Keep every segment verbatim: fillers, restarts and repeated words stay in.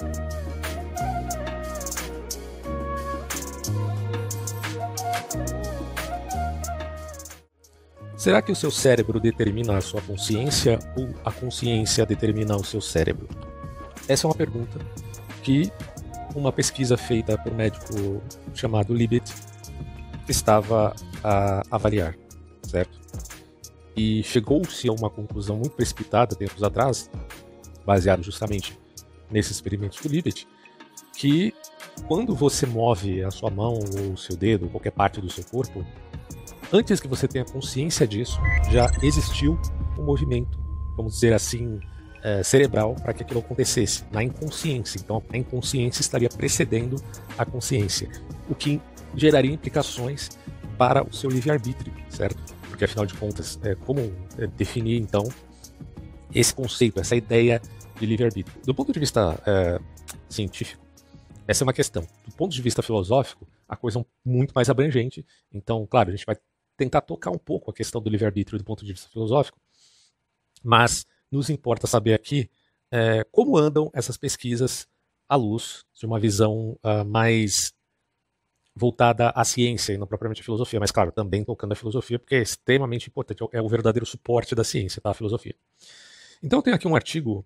Será que o seu cérebro determina a sua consciência ou a consciência determina o seu cérebro? Essa é uma pergunta que uma pesquisa feita por um médico chamado Libet estava a avaliar, certo? E chegou-se a uma conclusão muito precipitada tempos atrás, baseado justamente nesses experimentos do Libet, que quando você move a sua mão ou o seu dedo, ou qualquer parte do seu corpo, antes que você tenha consciência disso, já existiu um movimento, vamos dizer assim, é, cerebral para que aquilo acontecesse, na inconsciência. Então a inconsciência estaria precedendo a consciência, o que geraria implicações para o seu livre-arbítrio, certo? Porque afinal de contas, é, como é, definir então esse conceito, essa ideia de livre-arbítrio? Do ponto de vista é, científico, essa é uma questão. Do ponto de vista filosófico, a coisa é muito mais abrangente. Então, claro, a gente vai tentar tocar um pouco a questão do livre-arbítrio do ponto de vista filosófico, mas nos importa saber aqui é, como andam essas pesquisas à luz de uma visão uh, mais voltada à ciência e não propriamente à filosofia, mas claro, também tocando a filosofia, porque é extremamente importante, é o verdadeiro suporte da ciência, tá? A filosofia. Então eu tenho aqui um artigo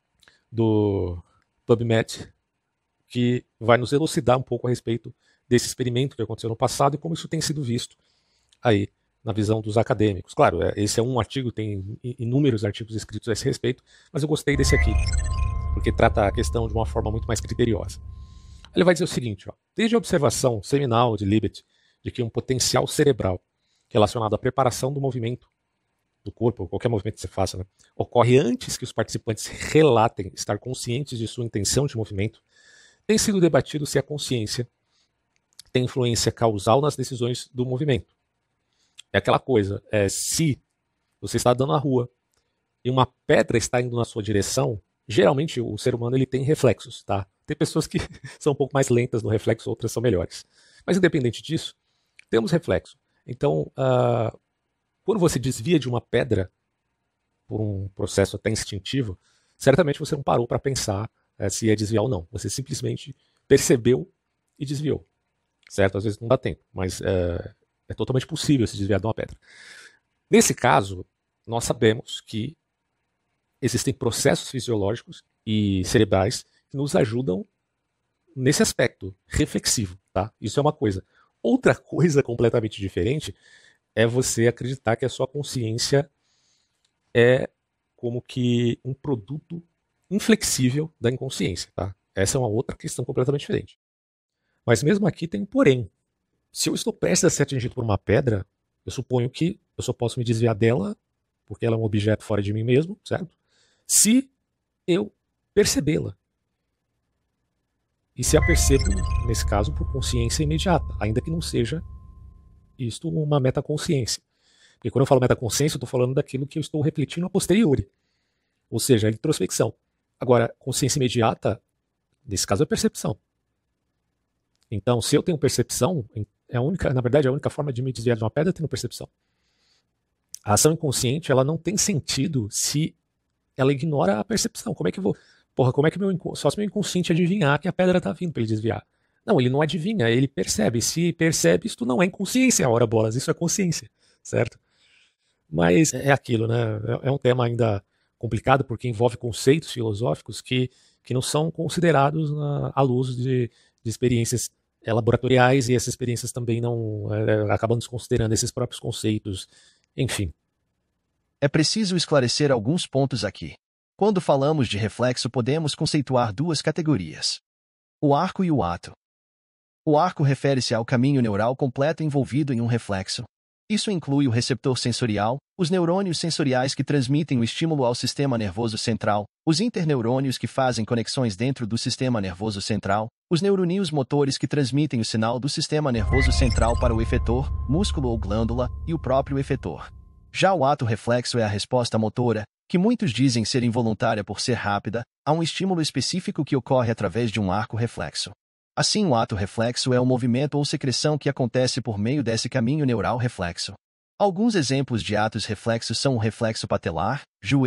do PubMed que vai nos elucidar um pouco a respeito desse experimento que aconteceu no passado e como isso tem sido visto aí na visão dos acadêmicos. Claro, esse é um artigo, tem inúmeros artigos escritos a esse respeito, mas eu gostei desse aqui, porque trata a questão de uma forma muito mais criteriosa. Ele vai dizer o seguinte, ó, desde a observação seminal de Libet de que um potencial cerebral relacionado à preparação do movimento do corpo, ou qualquer movimento que você faça, né, ocorre antes que os participantes relatem estar conscientes de sua intenção de movimento, tem sido debatido se a consciência tem influência causal nas decisões do movimento. É aquela coisa, é, se você está andando na rua e uma pedra está indo na sua direção, geralmente o ser humano ele tem reflexos, tá? Tem pessoas que são um pouco mais lentas no reflexo, outras são melhores. Mas independente disso, temos reflexo. Então, uh, quando você desvia de uma pedra por um processo até instintivo, certamente você não parou para pensar uh, se ia desviar ou não. Você simplesmente percebeu e desviou. Certo? Às vezes não dá tempo, mas uh, é totalmente possível se desviar de uma pedra. Nesse caso, nós sabemos que existem processos fisiológicos e cerebrais que nos ajudam nesse aspecto reflexivo, tá? Isso é uma coisa. Outra coisa completamente diferente é você acreditar que a sua consciência é como que um produto inflexível da inconsciência, tá? Essa é uma outra questão completamente diferente. Mas mesmo aqui tem um porém. Se eu estou prestes a ser atingido por uma pedra, eu suponho que eu só posso me desviar dela, porque ela é um objeto fora de mim mesmo, certo? Se eu percebê-la. E se a percebo, nesse caso, por consciência imediata, ainda que não seja isto uma metaconsciência. Porque quando eu falo metaconsciência, eu estou falando daquilo que eu estou refletindo a posteriori. Ou seja, a introspecção. Agora, consciência imediata, nesse caso, é percepção. Então, se eu tenho percepção, é a única, na verdade, a única forma de me desviar de uma pedra é tendo percepção. A ação inconsciente, ela não tem sentido se ela ignora a percepção. Como é que eu vou... Porra, como é que meu, só se meu inconsciente adivinhar que a pedra está vindo para ele desviar? Não, ele não adivinha, ele percebe. Se percebe, isso não é inconsciência, ora bolas, isso é consciência, certo? Mas é aquilo, né? É um tema ainda complicado porque envolve conceitos filosóficos que, que não são considerados na, à luz de, de experiências é, laboratoriais, e essas experiências também não é, acabam desconsiderando esses próprios conceitos, enfim. É preciso esclarecer alguns pontos aqui. Quando falamos de reflexo, podemos conceituar duas categorias: o arco e o ato. O arco refere-se ao caminho neural completo envolvido em um reflexo. Isso inclui o receptor sensorial, os neurônios sensoriais que transmitem o estímulo ao sistema nervoso central, os interneurônios que fazem conexões dentro do sistema nervoso central, os neuronídeos motores que transmitem o sinal do sistema nervoso central para o efetor, músculo ou glândula, e o próprio efetor. Já o ato reflexo é a resposta motora, que muitos dizem ser involuntária por ser rápida, a um estímulo específico que ocorre através de um arco reflexo. Assim, o ato reflexo é o movimento ou secreção que acontece por meio desse caminho neural reflexo. Alguns exemplos de atos reflexos são o reflexo patelar, joelho,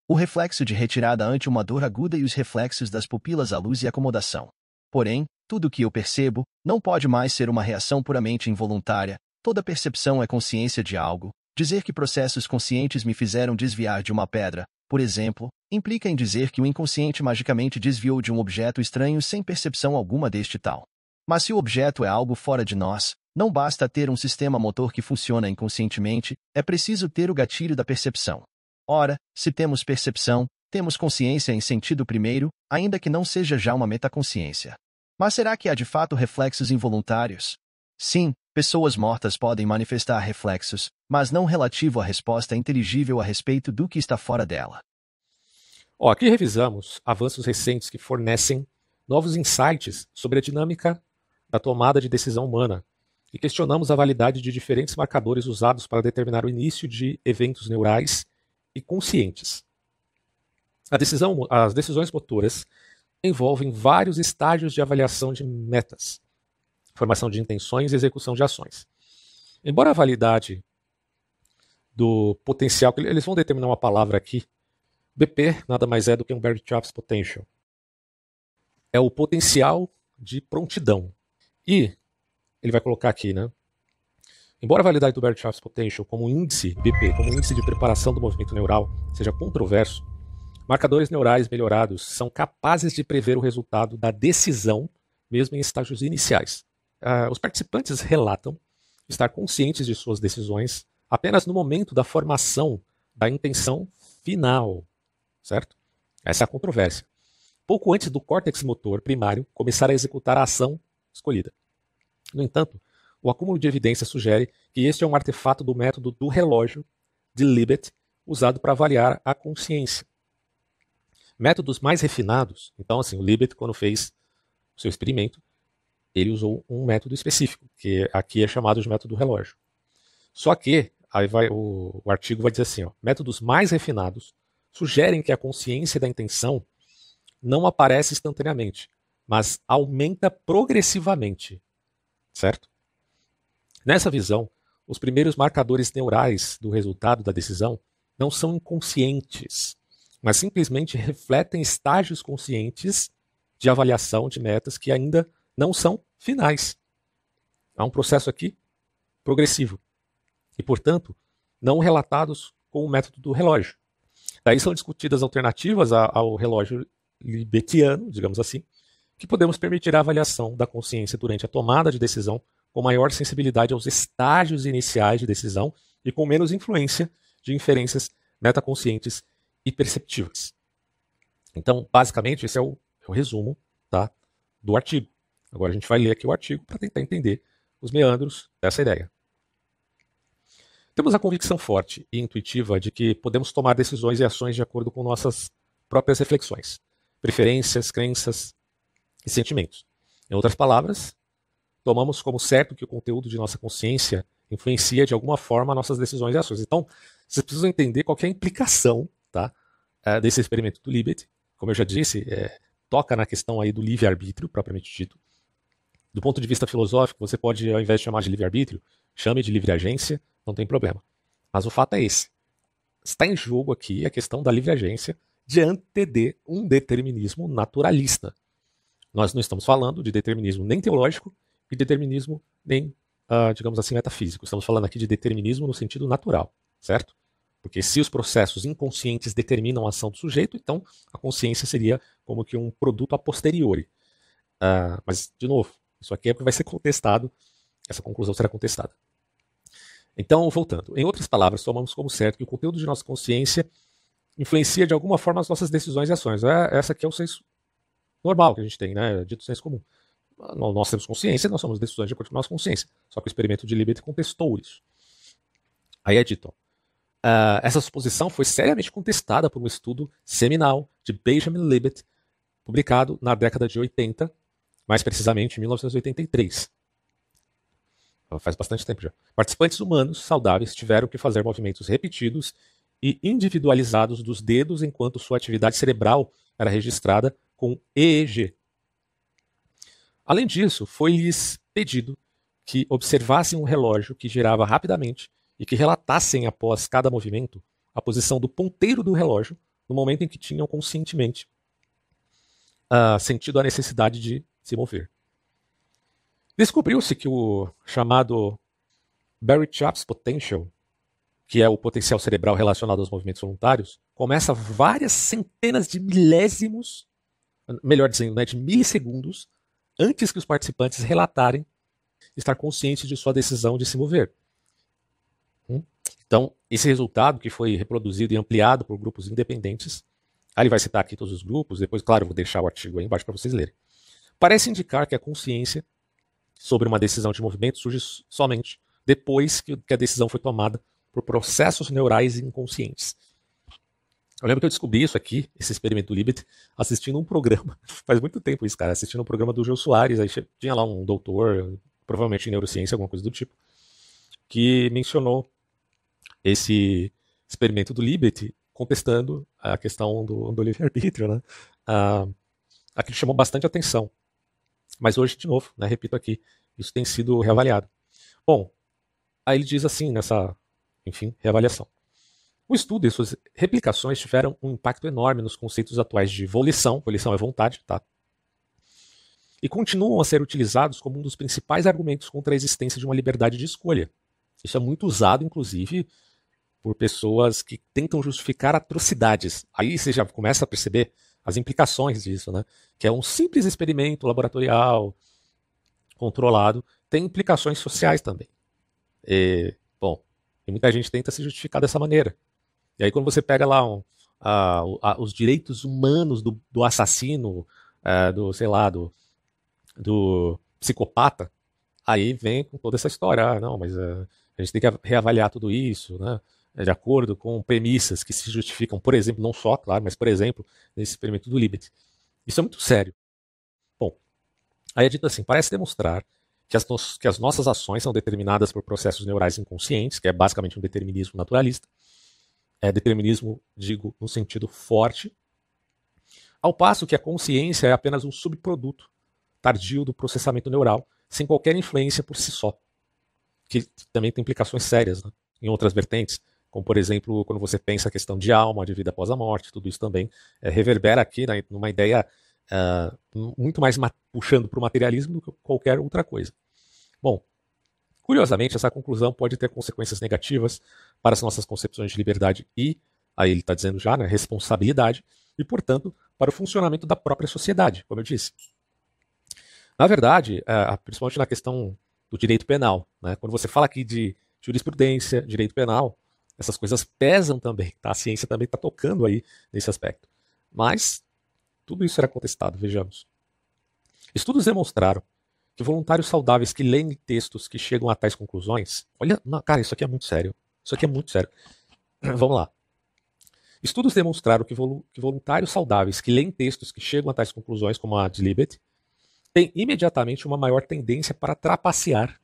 o reflexo de retirada ante uma dor aguda e os reflexos das pupilas à luz e acomodação. Porém, tudo o que eu percebo não pode mais ser uma reação puramente involuntária. Toda percepção é consciência de algo. Dizer que processos conscientes me fizeram desviar de uma pedra, por exemplo, implica em dizer que o inconsciente magicamente desviou de um objeto estranho sem percepção alguma deste tal. Mas se o objeto é algo fora de nós, não basta ter um sistema motor que funciona inconscientemente, é preciso ter o gatilho da percepção. Ora, se temos percepção, temos consciência em sentido primeiro, ainda que não seja já uma metaconsciência. Mas será que há de fato reflexos involuntários? Sim, pessoas mortas podem manifestar reflexos, mas não relativo à resposta inteligível a respeito do que está fora dela. Ó, aqui revisamos avanços recentes que fornecem novos insights sobre a dinâmica da tomada de decisão humana e questionamos a validade de diferentes marcadores usados para determinar o início de eventos neurais e conscientes. A decisão, as decisões motoras envolvem vários estágios de avaliação de metas, formação de intenções e execução de ações. Embora a validade do potencial, eles vão determinar uma palavra aqui, B P nada mais é do que um Birdschaft's Potential. É o potencial de prontidão. E ele vai colocar aqui, né? Embora a validade do Birdschaft's Potential como índice, B P, como índice de preparação do movimento neural, seja controverso, marcadores neurais melhorados são capazes de prever o resultado da decisão, mesmo em estágios iniciais. Uh, os participantes relatam estar conscientes de suas decisões apenas no momento da formação da intenção final, certo? Essa é a controvérsia. Pouco antes do córtex motor primário começar a executar a ação escolhida. No entanto, o acúmulo de evidência sugere que este é um artefato do método do relógio de Libet usado para avaliar a consciência. Métodos mais refinados, então assim, o Libet, quando fez o seu experimento, ele usou um método específico, que aqui é chamado de método do relógio. Só que, aí vai, o, o artigo vai dizer assim, ó, métodos mais refinados sugerem que a consciência da intenção não aparece instantaneamente, mas aumenta progressivamente, certo? Nessa visão, os primeiros marcadores neurais do resultado da decisão não são inconscientes, mas simplesmente refletem estágios conscientes de avaliação de metas que ainda não são finais. Há um processo aqui progressivo e, portanto, não relatados com o método do relógio. Daí são discutidas alternativas ao relógio libetiano, digamos assim, que podemos permitir a avaliação da consciência durante a tomada de decisão com maior sensibilidade aos estágios iniciais de decisão e com menos influência de inferências metaconscientes e perceptivas. Então, basicamente, esse é o, é o resumo, tá, do artigo. Agora a gente vai ler aqui o artigo para tentar entender os meandros dessa ideia. Temos a convicção forte e intuitiva de que podemos tomar decisões e ações de acordo com nossas próprias reflexões, preferências, crenças e sentimentos. Em outras palavras, tomamos como certo que o conteúdo de nossa consciência influencia de alguma forma nossas decisões e ações. Então, vocês precisam entender qual que é a implicação, tá, desse experimento do Libet. Como eu já disse, é, toca na questão aí do livre-arbítrio, propriamente dito. Do ponto de vista filosófico, você pode, ao invés de chamar de livre-arbítrio, chame de livre-agência, não tem problema. Mas o fato é esse. Está em jogo aqui a questão da livre-agência diante de um determinismo naturalista. Nós não estamos falando de determinismo nem teológico e determinismo nem, uh, digamos assim, metafísico. Estamos falando aqui de determinismo no sentido natural, certo? Porque se os processos inconscientes determinam a ação do sujeito, então a consciência seria como que um produto a posteriori. Uh, mas, de novo, isso aqui é porque vai ser contestado, essa conclusão será contestada. Então, voltando. Em outras palavras, tomamos como certo que o conteúdo de nossa consciência influencia de alguma forma as nossas decisões e ações. É, essa aqui é o senso normal que a gente tem, né? Dito senso comum. Nós temos consciência, nós somos decisões de acordo com a nossa consciência. Só que o experimento de Libet contestou isso. Aí é dito, ó, uh, essa suposição foi seriamente contestada por um estudo seminal de Benjamin Libet, publicado na década de oitenta, mais precisamente em mil novecentos e oitenta e três. Faz bastante tempo já. Participantes humanos saudáveis tiveram que fazer movimentos repetidos e individualizados dos dedos enquanto sua atividade cerebral era registrada com E E G. Além disso, foi-lhes pedido que observassem um relógio que girava rapidamente e que relatassem após cada movimento a posição do ponteiro do relógio no momento em que tinham conscientemente uh, sentido a necessidade de se mover. Descobriu-se que o chamado Barry-Chapps Potential, que é o potencial cerebral relacionado aos movimentos voluntários, começa várias centenas de milésimos, melhor dizendo, né, de milissegundos, antes que os participantes relatarem estar conscientes de sua decisão de se mover. Então, esse resultado, que foi reproduzido e ampliado por grupos independentes, aí ele vai citar aqui todos os grupos, depois, claro, eu vou deixar o artigo aí embaixo para vocês lerem, parece indicar que a consciência sobre uma decisão de movimento surge somente depois que a decisão foi tomada por processos neurais inconscientes. Eu lembro que eu descobri isso aqui, esse experimento do Libet, assistindo um programa, faz muito tempo isso, cara, assistindo um programa do Jô Soares, aí tinha lá um doutor, provavelmente em neurociência, alguma coisa do tipo, que mencionou esse experimento do Libet, contestando a questão do, do livre-arbítrio, né? Ah, aquilo chamou bastante atenção. Mas hoje, de novo, né, repito aqui, isso tem sido reavaliado. Bom, aí ele diz assim nessa, enfim, reavaliação. O estudo e suas replicações tiveram um impacto enorme nos conceitos atuais de volição, volição é vontade, tá? E continuam a ser utilizados como um dos principais argumentos contra a existência de uma liberdade de escolha. Isso é muito usado, inclusive, por pessoas que tentam justificar atrocidades. Aí você já começa a perceber as implicações disso, né? Que é um simples experimento laboratorial, controlado, tem implicações sociais também. E, bom, e muita gente tenta se justificar dessa maneira. E aí quando você pega lá um, a, a, os direitos humanos do, do assassino, a, do, sei lá, do, do psicopata, aí vem com toda essa história. Ah, não, mas a, a gente tem que reavaliar tudo isso, né? De acordo com premissas que se justificam, por exemplo, não só, claro, mas por exemplo, nesse experimento do Libet. Isso é muito sério. Bom, aí é dito assim, parece demonstrar que as, no que as nossas ações são determinadas por processos neurais inconscientes, que é basicamente um determinismo naturalista, é determinismo, digo, no sentido forte, ao passo que a consciência é apenas um subproduto tardio do processamento neural, sem qualquer influência por si só, que também tem implicações sérias, né, em outras vertentes, como, por exemplo, quando você pensa a questão de alma, de vida após a morte, tudo isso também é, reverbera aqui, né, numa ideia uh, muito mais puxando para o materialismo do que qualquer outra coisa. Bom, curiosamente, essa conclusão pode ter consequências negativas para as nossas concepções de liberdade e, aí ele está dizendo já, né, responsabilidade, e, portanto, para o funcionamento da própria sociedade, como eu disse. Na verdade, uh, principalmente na questão do direito penal, né, quando você fala aqui de jurisprudência, direito penal, essas coisas pesam também, tá? A ciência também está tocando aí nesse aspecto. Mas tudo isso era contestado, vejamos. Estudos demonstraram que voluntários saudáveis que leem textos que chegam a tais conclusões... Olha, não, cara, isso aqui é muito sério. Isso aqui é muito sério. Vamos lá. Estudos demonstraram que, volu que voluntários saudáveis que leem textos que chegam a tais conclusões, como a de Libet, têm imediatamente uma maior tendência para trapacear.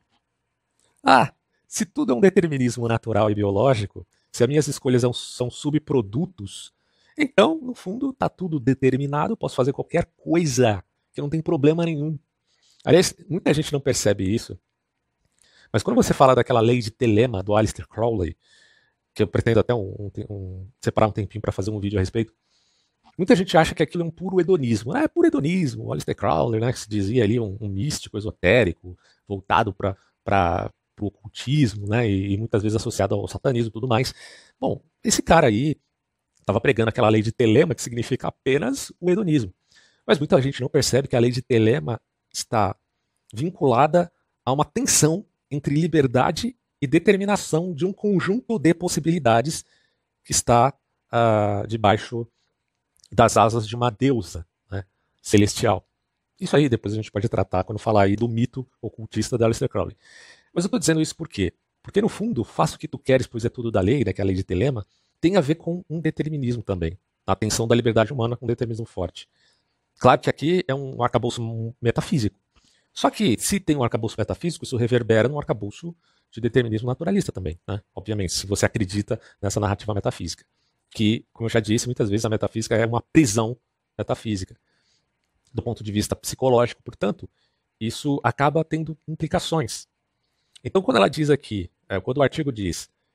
Ah, se tudo é um determinismo natural e biológico, se as minhas escolhas são subprodutos, então, no fundo, está tudo determinado, eu posso fazer qualquer coisa, que não tem problema nenhum. Aliás, muita gente não percebe isso, mas quando você fala daquela lei de telema do Aleister Crowley, que eu pretendo até um, um, um, separar um tempinho para fazer um vídeo a respeito, muita gente acha que aquilo é um puro hedonismo. Ah, é puro hedonismo, o Aleister Crowley, né, que se dizia ali um, um místico esotérico, voltado para... para o ocultismo, né, e, e muitas vezes associado ao satanismo e tudo mais. Bom, esse cara aí estava pregando aquela lei de Telema, que significa apenas o hedonismo. Mas muita gente não percebe que a lei de Telema está vinculada a uma tensão entre liberdade e determinação de um conjunto de possibilidades que está uh, debaixo das asas de uma deusa, né, celestial. Isso aí depois a gente pode tratar quando falar aí do mito ocultista da Aleister Crowley. Mas eu estou dizendo isso por quê? Porque, no fundo, faça o que tu queres, pois é tudo da lei, né, que é a lei de Telema, tem a ver com um determinismo também. A tensão da liberdade humana com um determinismo forte. Claro que aqui é um arcabouço metafísico. Só que, se tem um arcabouço metafísico, isso reverbera num arcabouço de determinismo naturalista também, né? Obviamente, se você acredita nessa narrativa metafísica. Que, como eu já disse, muitas vezes a metafísica é uma prisão metafísica. Do ponto de vista psicológico, portanto, isso acaba tendo implicações. Então, quando ela diz aqui, quando o artigo diz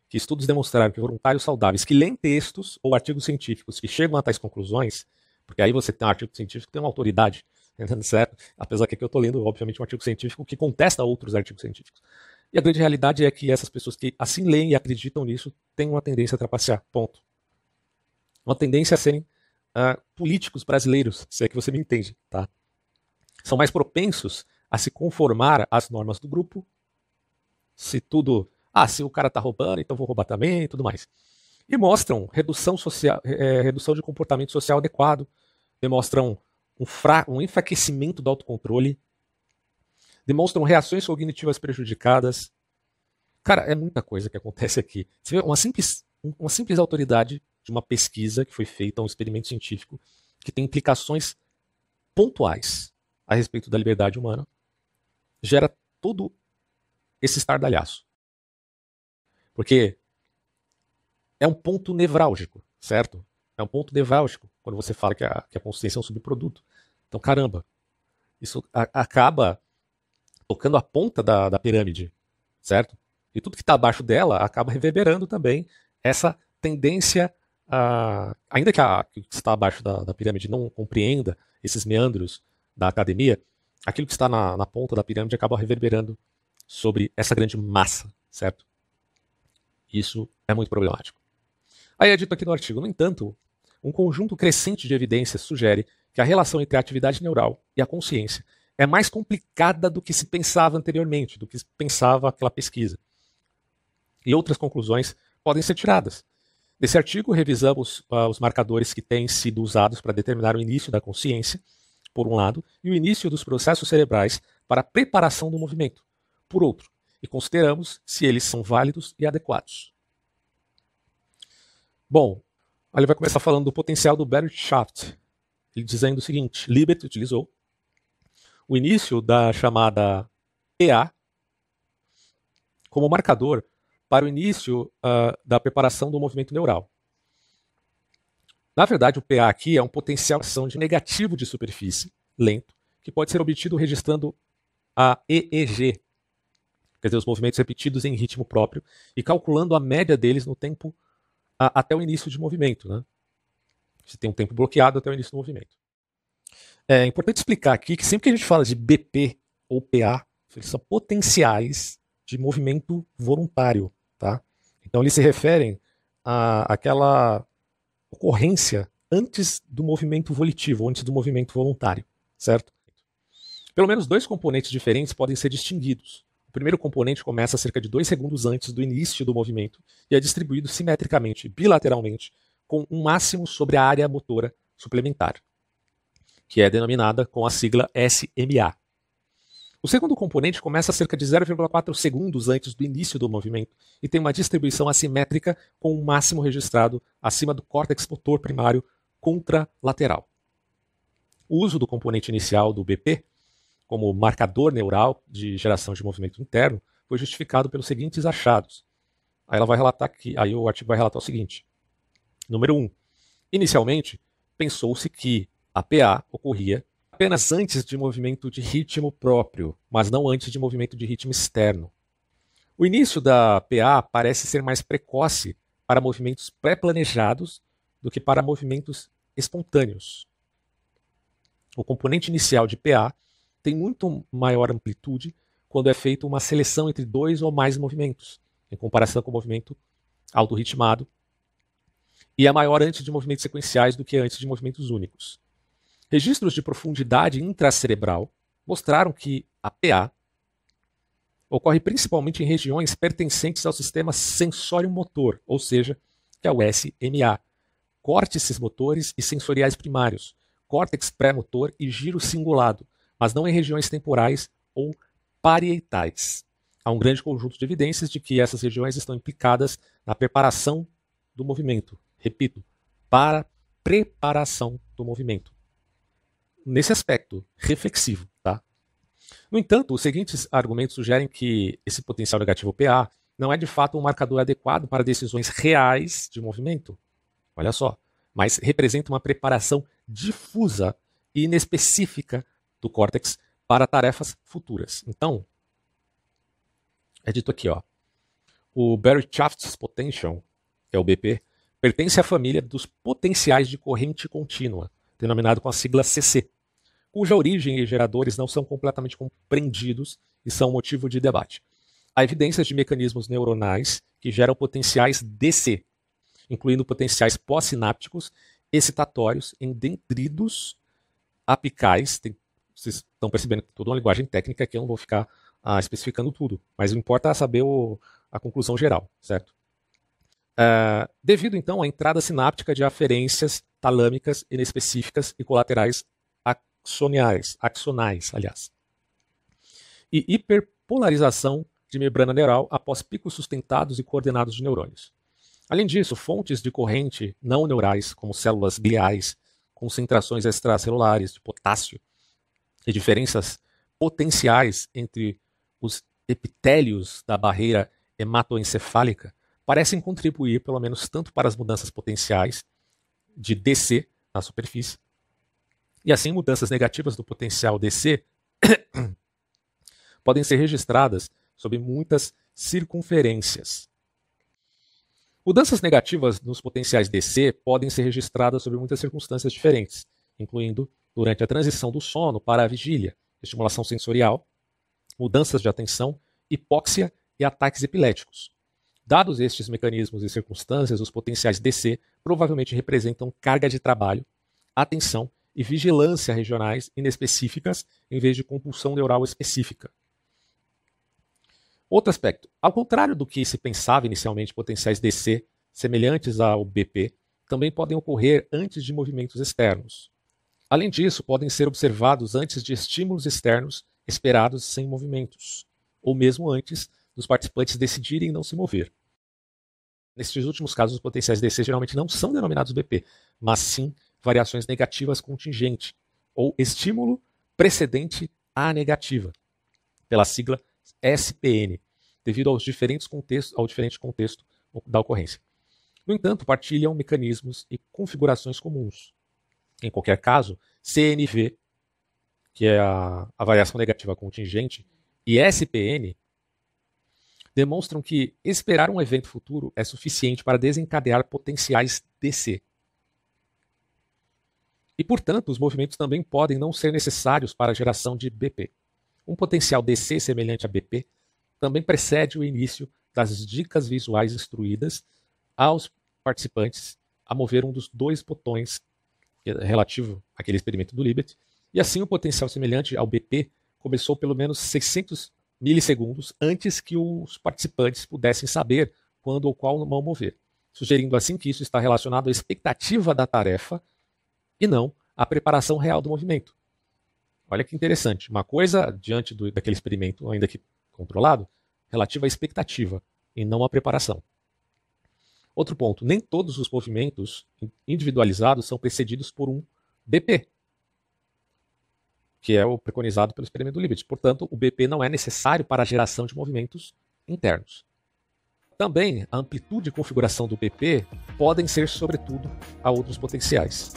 que estudos demonstraram que voluntários saudáveis que leem textos ou artigos científicos que chegam a tais conclusões, porque aí você tem um artigo científico que tem uma autoridade, certo? Apesar que aqui eu estou lendo, obviamente, um artigo científico que contesta outros artigos científicos. E a grande realidade é que essas pessoas que assim leem e acreditam nisso têm uma tendência a trapacear, ponto. Uma tendência a serem uh, políticos brasileiros, se é que você me entende, tá? São mais propensos a se conformar às normas do grupo, se tudo... Ah, se o cara tá roubando, então vou roubar também e tudo mais. E mostram redução, social, é, redução de comportamento social adequado, demonstram um, fra... um enfraquecimento do autocontrole, demonstram reações cognitivas prejudicadas. Cara, é muita coisa que acontece aqui. Você vê uma simples, uma simples autoridade de uma pesquisa que foi feita, um experimento científico, que tem implicações pontuais a respeito da liberdade humana, gera todo esse estardalhaço. Porque é um ponto nevrálgico, certo? É um ponto nevrálgico quando você fala que a, que a consciência é um subproduto. Então, caramba, isso a, acaba tocando a ponta da, da pirâmide, certo? E tudo que está abaixo dela acaba reverberando também essa tendência, a, ainda que, a, que está abaixo da, da pirâmide não compreenda esses meandros da academia, aquilo que está na, na ponta da pirâmide acaba reverberando sobre essa grande massa, certo? Isso é muito problemático. Aí é dito aqui no artigo, no entanto, um conjunto crescente de evidências sugere que a relação entre a atividade neural e a consciência é mais complicada do que se pensava anteriormente, do que se pensava aquela pesquisa. E outras conclusões podem ser tiradas. Nesse artigo, revisamos uh, os marcadores que têm sido usados para determinar o início da consciência, por um lado, e o início dos processos cerebrais para a preparação do movimento, por outro, e consideramos se eles são válidos e adequados. Bom, ele vai começar falando do potencial do Barrett Shaft, ele dizendo o seguinte: Libet utilizou o início da chamada P A como marcador para o início uh, da preparação do movimento neural. Na verdade, o P A aqui é um potencial de ação de negativo de superfície, lento, que pode ser obtido registrando a E E G, quer dizer, os movimentos repetidos em ritmo próprio, e calculando a média deles no tempo a, até o início de movimento. Né? Você tem um tempo bloqueado até o início do movimento. É importante explicar aqui que sempre que a gente fala de B P ou P A, eles são potenciais de movimento voluntário. Tá? Então eles se referem à, àquela ocorrência antes do movimento volitivo, antes do movimento voluntário. Certo? Pelo menos dois componentes diferentes podem ser distinguidos. O primeiro componente começa cerca de dois segundos antes do início do movimento e é distribuído simetricamente, bilateralmente, com um máximo sobre a área motora suplementar, que é denominada com a sigla S M A. O segundo componente começa cerca de zero vírgula quatro segundos antes do início do movimento e tem uma distribuição assimétrica com um máximo registrado acima do córtex motor primário contralateral. O uso do componente inicial do B P como marcador neural de geração de movimento interno foi justificado pelos seguintes achados. Aí ela vai relatar que, aí o artigo vai relatar o seguinte. Número um. Inicialmente, pensou-se que a P A ocorria apenas antes de movimento de ritmo próprio, mas não antes de movimento de ritmo externo. O início da P A parece ser mais precoce para movimentos pré-planejados do que para movimentos espontâneos. O componente inicial de P A tem muito maior amplitude quando é feita uma seleção entre dois ou mais movimentos, em comparação com o movimento autorritmado, e é maior antes de movimentos sequenciais do que antes de movimentos únicos. Registros de profundidade intracerebral mostraram que a P A ocorre principalmente em regiões pertencentes ao sistema sensório-motor, ou seja, que é o S M A, córtices motores e sensoriais primários, córtex pré-motor e giro cingulado, mas não em regiões temporais ou parietais. Há um grande conjunto de evidências de que essas regiões estão implicadas na preparação do movimento. Repito, para preparação do movimento. Nesse aspecto reflexivo. Tá? No entanto, os seguintes argumentos sugerem que esse potencial negativo P A não é de fato um marcador adequado para decisões reais de movimento. Olha só, mas representa uma preparação difusa e inespecífica do córtex para tarefas futuras. Então, é dito aqui, ó, O Barry-Chafts Potential, que é o B P, pertence à família dos potenciais de corrente contínua, denominado com a sigla C C, cuja origem e geradores não são completamente compreendidos e são motivo de debate. Há evidências de mecanismos neuronais que geram potenciais D C, incluindo potenciais pós-sinápticos, excitatórios em dendridos apicais. Tem, vocês estão percebendo que toda uma linguagem técnica que eu não vou ficar ah, especificando tudo, mas o que importa é saber o, a conclusão geral, certo? Uh, devido, então, à entrada sináptica de aferências talâmicas inespecíficas e colaterais axoniais, axonais, aliás. E hiperpolarização de membrana neural após picos sustentados e coordenados de neurônios. Além disso, fontes de corrente não neurais, como células gliais, concentrações extracelulares de potássio e diferenças potenciais entre os epitélios da barreira hematoencefálica, parecem contribuir, pelo menos, tanto para as mudanças potenciais de D C na superfície, e assim mudanças negativas do potencial D C podem ser registradas sob muitas circunferências. Mudanças negativas nos potenciais D C podem ser registradas sob muitas circunstâncias diferentes, incluindo durante a transição do sono para a vigília, estimulação sensorial, mudanças de atenção, hipóxia e ataques epiléticos. Dados estes mecanismos e circunstâncias, os potenciais D C provavelmente representam carga de trabalho, atenção e vigilância regionais inespecíficas em vez de compulsão neural específica. Outro aspecto. Ao contrário do que se pensava inicialmente, potenciais D C semelhantes ao B P também podem ocorrer antes de movimentos externos. Além disso, podem ser observados antes de estímulos externos esperados sem movimentos, ou mesmo antes dos participantes decidirem não se mover. Nesses últimos casos, os potenciais D C geralmente não são denominados B P, mas sim variações negativas contingente, ou estímulo precedente à negativa, pela sigla S P N, devido aos diferentes contextos, ao diferente contexto da ocorrência. No entanto, partilham mecanismos e configurações comuns. Em qualquer caso, C N V, que é a, a variação negativa contingente, e S P N demonstram que esperar um evento futuro é suficiente para desencadear potenciais D C. E, portanto, os movimentos também podem não ser necessários para a geração de B P. Um potencial D C semelhante a B P também precede o início das dicas visuais instruídas aos participantes a mover um dos dois botões relativo àquele experimento do Libet, e assim o potencial semelhante ao B P começou pelo menos seiscentos milissegundos antes que os participantes pudessem saber quando ou qual mão mover, sugerindo assim que isso está relacionado à expectativa da tarefa e não à preparação real do movimento. Olha que interessante, uma coisa diante do, daquele experimento, ainda que controlado, relativa à expectativa e não à preparação. Outro ponto, nem todos os movimentos individualizados são precedidos por um B P, que é o preconizado pelo experimento do Libet. Portanto, o B P não é necessário para a geração de movimentos internos. Também, a amplitude e configuração do B P podem ser, sobretudo, a outros potenciais.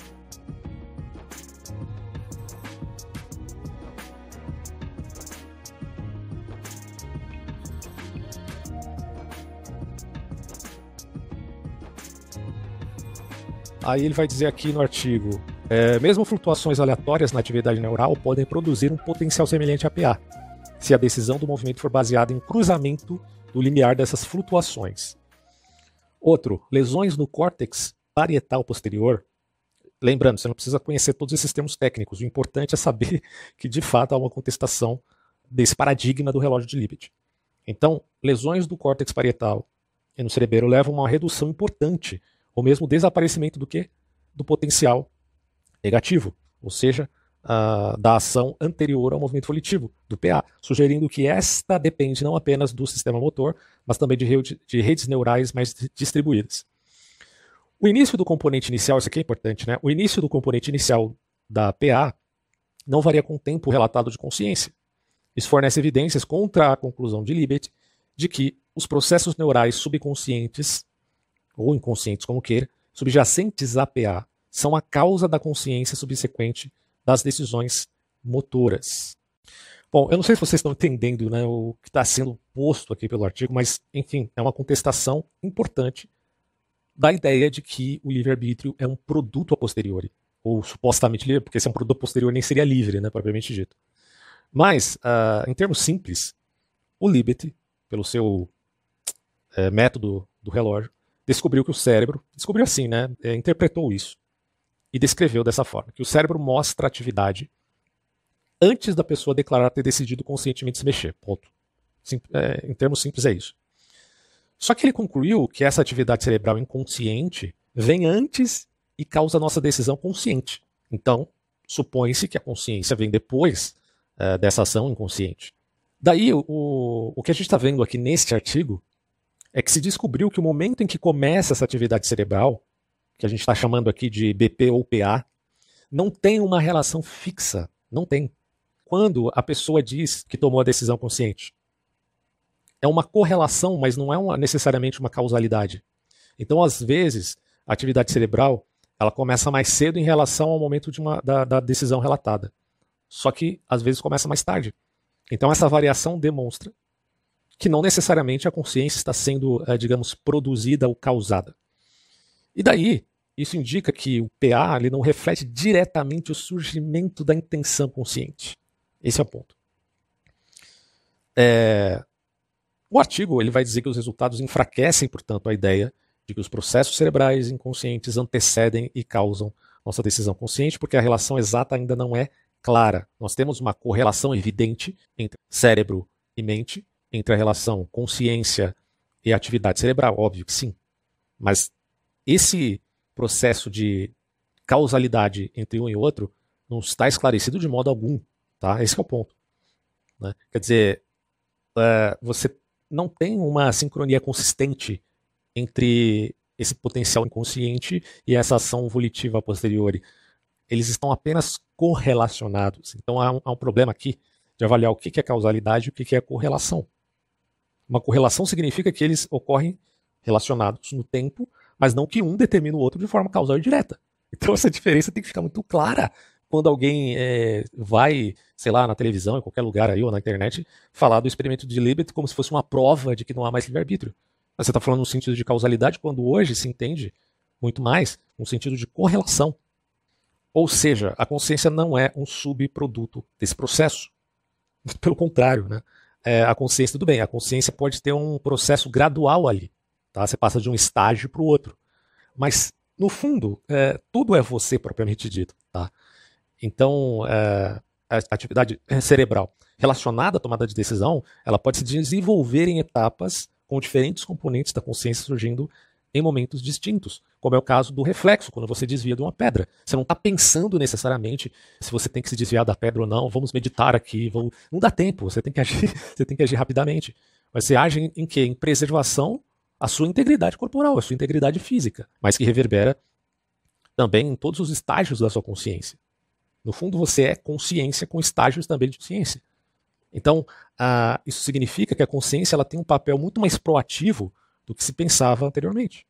Aí ele vai dizer aqui no artigo, é, mesmo flutuações aleatórias na atividade neural podem produzir um potencial semelhante a P A, se a decisão do movimento for baseada em cruzamento do limiar dessas flutuações. Outro, lesões no córtex parietal posterior. Lembrando, você não precisa conhecer todos esses termos técnicos, o importante é saber que de fato há uma contestação desse paradigma do relógio de Libet. Então, lesões do córtex parietal e no cerebelo levam a uma redução importante ou mesmo desaparecimento do quê? Do potencial negativo, ou seja, uh, da ação anterior ao movimento volitivo, do P A, sugerindo que esta depende não apenas do sistema motor, mas também de, rede, de redes neurais mais distribuídas. O início do componente inicial, isso aqui é importante, né? O início do componente inicial da P A não varia com o tempo relatado de consciência. Isso fornece evidências contra a conclusão de Libet de que os processos neurais subconscientes ou inconscientes, como queira, subjacentes à P A, são a causa da consciência subsequente das decisões motoras. Bom, eu não sei se vocês estão entendendo, né, o que está sendo posto aqui pelo artigo, mas, enfim, é uma contestação importante da ideia de que o livre-arbítrio é um produto a posteriori, ou supostamente livre, porque se é um produto a posteriori nem seria livre, né, propriamente dito. Mas, uh, em termos simples, o Libet, pelo seu é, método do relógio, descobriu que o cérebro, descobriu assim, né, é, interpretou isso e descreveu dessa forma, que o cérebro mostra atividade antes da pessoa declarar ter decidido conscientemente se mexer, ponto. Sim, é, em termos simples é isso. Só que ele concluiu que essa atividade cerebral inconsciente vem antes e causa a nossa decisão consciente. Então, supõe-se que a consciência vem depois é, dessa ação inconsciente. Daí, o, o que a gente está vendo aqui neste artigo é que se descobriu que o momento em que começa essa atividade cerebral, que a gente está chamando aqui de B P ou P A, não tem uma relação fixa. Não tem. Quando a pessoa diz que tomou a decisão consciente. É uma correlação, mas não é uma, necessariamente uma causalidade. Então, às vezes, a atividade cerebral ela começa mais cedo em relação ao momento de uma, da, da decisão relatada. Só que, às vezes, começa mais tarde. Então, essa variação demonstra que não necessariamente a consciência está sendo, digamos, produzida ou causada. E daí, isso indica que o P A ele não reflete diretamente o surgimento da intenção consciente. Esse é o ponto. É... O artigo ele vai dizer que os resultados enfraquecem, portanto, a ideia de que os processos cerebrais inconscientes antecedem e causam nossa decisão consciente, porque a relação exata ainda não é clara. Nós temos uma correlação evidente entre cérebro e mente, entre a relação consciência e atividade cerebral, óbvio que sim. Mas esse processo de causalidade entre um e outro não está esclarecido de modo algum. Tá? Esse é o ponto. Né? Quer dizer, uh, você não tem uma sincronia consistente entre esse potencial inconsciente e essa ação volitiva a posteriori. Eles estão apenas correlacionados. Então há um, há um problema aqui de avaliar o que é causalidade e o que é correlação. Uma correlação significa que eles ocorrem relacionados no tempo, mas não que um determina o outro de forma causal e direta. Então essa diferença tem que ficar muito clara quando alguém é, vai, sei lá, na televisão, em qualquer lugar aí, ou na internet, falar do experimento de Libet como se fosse uma prova de que não há mais livre-arbítrio. Mas você está falando no sentido de causalidade, quando hoje se entende muito mais no sentido de correlação. Ou seja, a consciência não é um subproduto desse processo. Pelo contrário, né? É, a consciência, tudo bem, a consciência pode ter um processo gradual ali. Tá? Você passa de um estágio para o outro. Mas, no fundo, é, tudo é você propriamente dito. Tá? Então, é, a atividade cerebral relacionada à tomada de decisão, ela pode se desenvolver em etapas com diferentes componentes da consciência surgindo em momentos distintos, como é o caso do reflexo, quando você desvia de uma pedra. Você não está pensando necessariamente se você tem que se desviar da pedra ou não, vamos meditar aqui, vamos... não dá tempo, você tem que agir, você tem que agir rapidamente. Mas você age em, em quê? Em preservação à sua integridade corporal, à sua integridade física, mas que reverbera também em todos os estágios da sua consciência. No fundo, você é consciência com estágios também de consciência. Então, uh, isso significa que a consciência ela tem um papel muito mais proativo do que se pensava anteriormente.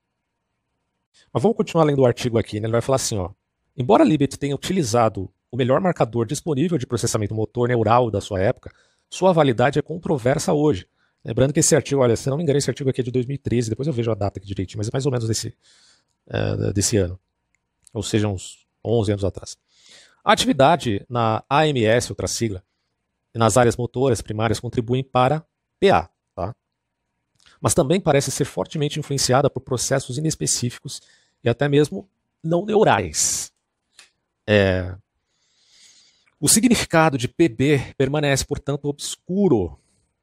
Mas vamos continuar lendo o artigo aqui. Né? Ele vai falar assim, ó, embora Libet tenha utilizado o melhor marcador disponível de processamento motor neural da sua época, sua validade é controversa hoje. Lembrando que esse artigo, olha, se não me engano, esse artigo aqui é de dois mil e treze, depois eu vejo a data aqui direitinho, mas é mais ou menos desse, uh, desse ano. Ou seja, uns onze anos atrás. A atividade na A M S, outra sigla, e nas áreas motoras primárias contribuem para P A, tá? Mas também parece ser fortemente influenciada por processos inespecíficos e até mesmo não neurais. É... O significado de P B permanece, portanto, obscuro.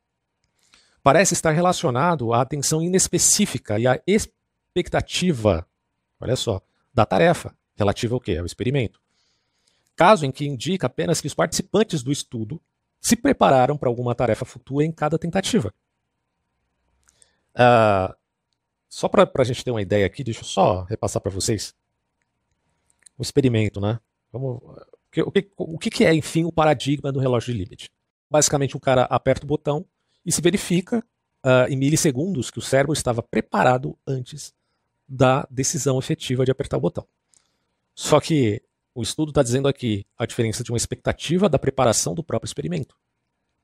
Parece estar relacionado à atenção inespecífica e à expectativa, olha só, da tarefa, relativa ao quê? Ao experimento. Caso em que indica apenas que os participantes do estudo se prepararam para alguma tarefa futura em cada tentativa. Uh, só para a gente ter uma ideia aqui, deixa eu só repassar para vocês o experimento, né? Vamos, o, que, o que é, enfim, o paradigma do relógio de Libet? Basicamente, o cara aperta o botão e se verifica uh, em milissegundos que o cérebro estava preparado antes da decisão efetiva de apertar o botão. Só que o estudo está dizendo aqui a diferença de uma expectativa da preparação do próprio experimento.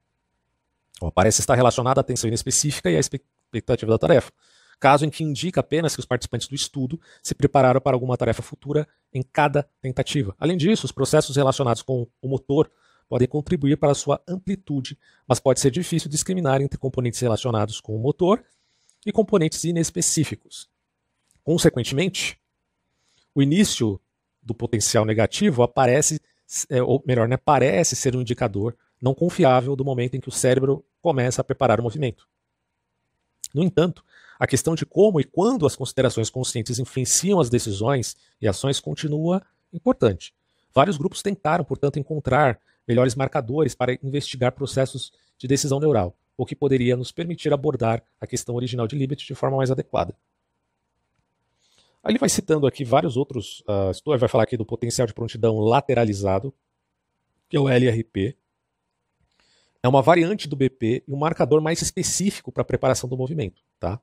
Bom, parece estar relacionada à atenção inespecífica e à expectativa da tarefa, caso em que indica apenas que os participantes do estudo se prepararam para alguma tarefa futura em cada tentativa. Além disso, os processos relacionados com o motor podem contribuir para a sua amplitude, mas pode ser difícil discriminar entre componentes relacionados com o motor e componentes inespecíficos. Consequentemente, o início do potencial negativo aparece, ou melhor, né, parece ser um indicador não confiável do momento em que o cérebro começa a preparar o movimento. No entanto, a questão de como e quando as considerações conscientes influenciam as decisões e ações continua importante. Vários grupos tentaram, portanto, encontrar melhores marcadores para investigar processos de decisão neural, o que poderia nos permitir abordar a questão original de Libet de forma mais adequada. Aí ele vai citando aqui vários outros uh, estudos, ele vai falar aqui do potencial de prontidão lateralizado, que é o L R P. É uma variante do B P e um marcador mais específico para a preparação do movimento. Tá?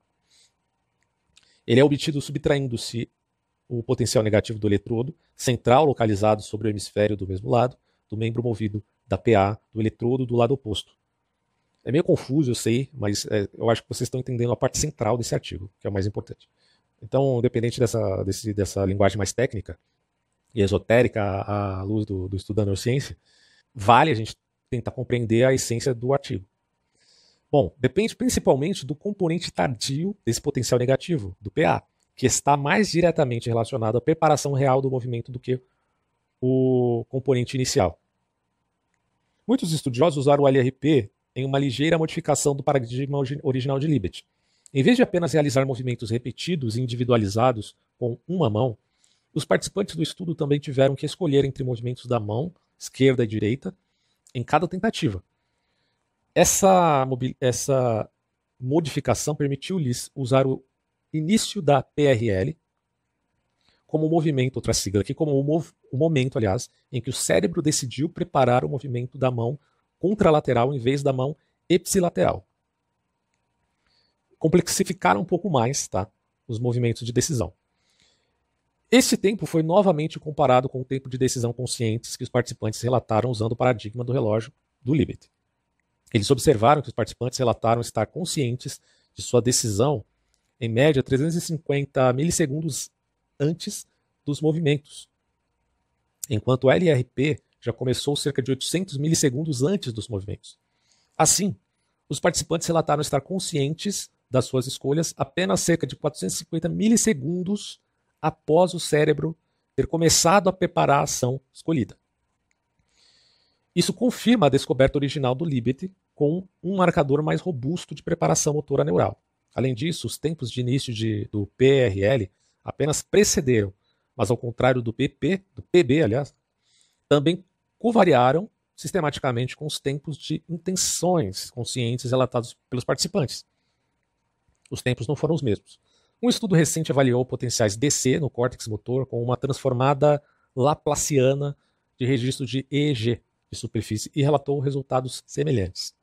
Ele é obtido subtraindo-se o potencial negativo do eletrodo central localizado sobre o hemisfério do mesmo lado, do membro movido da P A do eletrodo do lado oposto. É meio confuso, eu sei, mas é, eu acho que vocês estão entendendo a parte central desse artigo, que é o mais importante. Então, independente dessa, desse, dessa linguagem mais técnica e esotérica à, à luz do, do estudo da neurociência, vale a gente tentar compreender a essência do artigo. Bom, depende principalmente do componente tardio desse potencial negativo, do P A, que está mais diretamente relacionado à preparação real do movimento do que o componente inicial. Muitos estudiosos usaram o L R P em uma ligeira modificação do paradigma original de Libet. Em vez de apenas realizar movimentos repetidos e individualizados com uma mão, os participantes do estudo também tiveram que escolher entre movimentos da mão esquerda e direita em cada tentativa. Essa, essa modificação permitiu-lhes usar o início da P R L como movimento, outra sigla aqui, como o, mov, o momento, aliás, em que o cérebro decidiu preparar o movimento da mão contralateral em vez da mão ipsilateral. Complexificaram um pouco mais, tá, os movimentos de decisão. Esse tempo foi novamente comparado com o tempo de decisão conscientes que os participantes relataram usando o paradigma do relógio do Libet. Eles observaram que os participantes relataram estar conscientes de sua decisão em média trezentos e cinquenta milissegundos antes dos movimentos, enquanto o L R P já começou cerca de oitocentos milissegundos antes dos movimentos. Assim, os participantes relataram estar conscientes das suas escolhas apenas cerca de quatrocentos e cinquenta milissegundos após o cérebro ter começado a preparar a ação escolhida. Isso confirma a descoberta original do Libet com um marcador mais robusto de preparação motora neural. Além disso, os tempos de início de, do P R L apenas precederam, mas ao contrário do P P, do P B, aliás, também covariaram sistematicamente com os tempos de intenções conscientes relatados pelos participantes. Os tempos não foram os mesmos. Um estudo recente avaliou potenciais D C no córtex motor com uma transformada laplaciana de registro de E E G de superfície e relatou resultados semelhantes.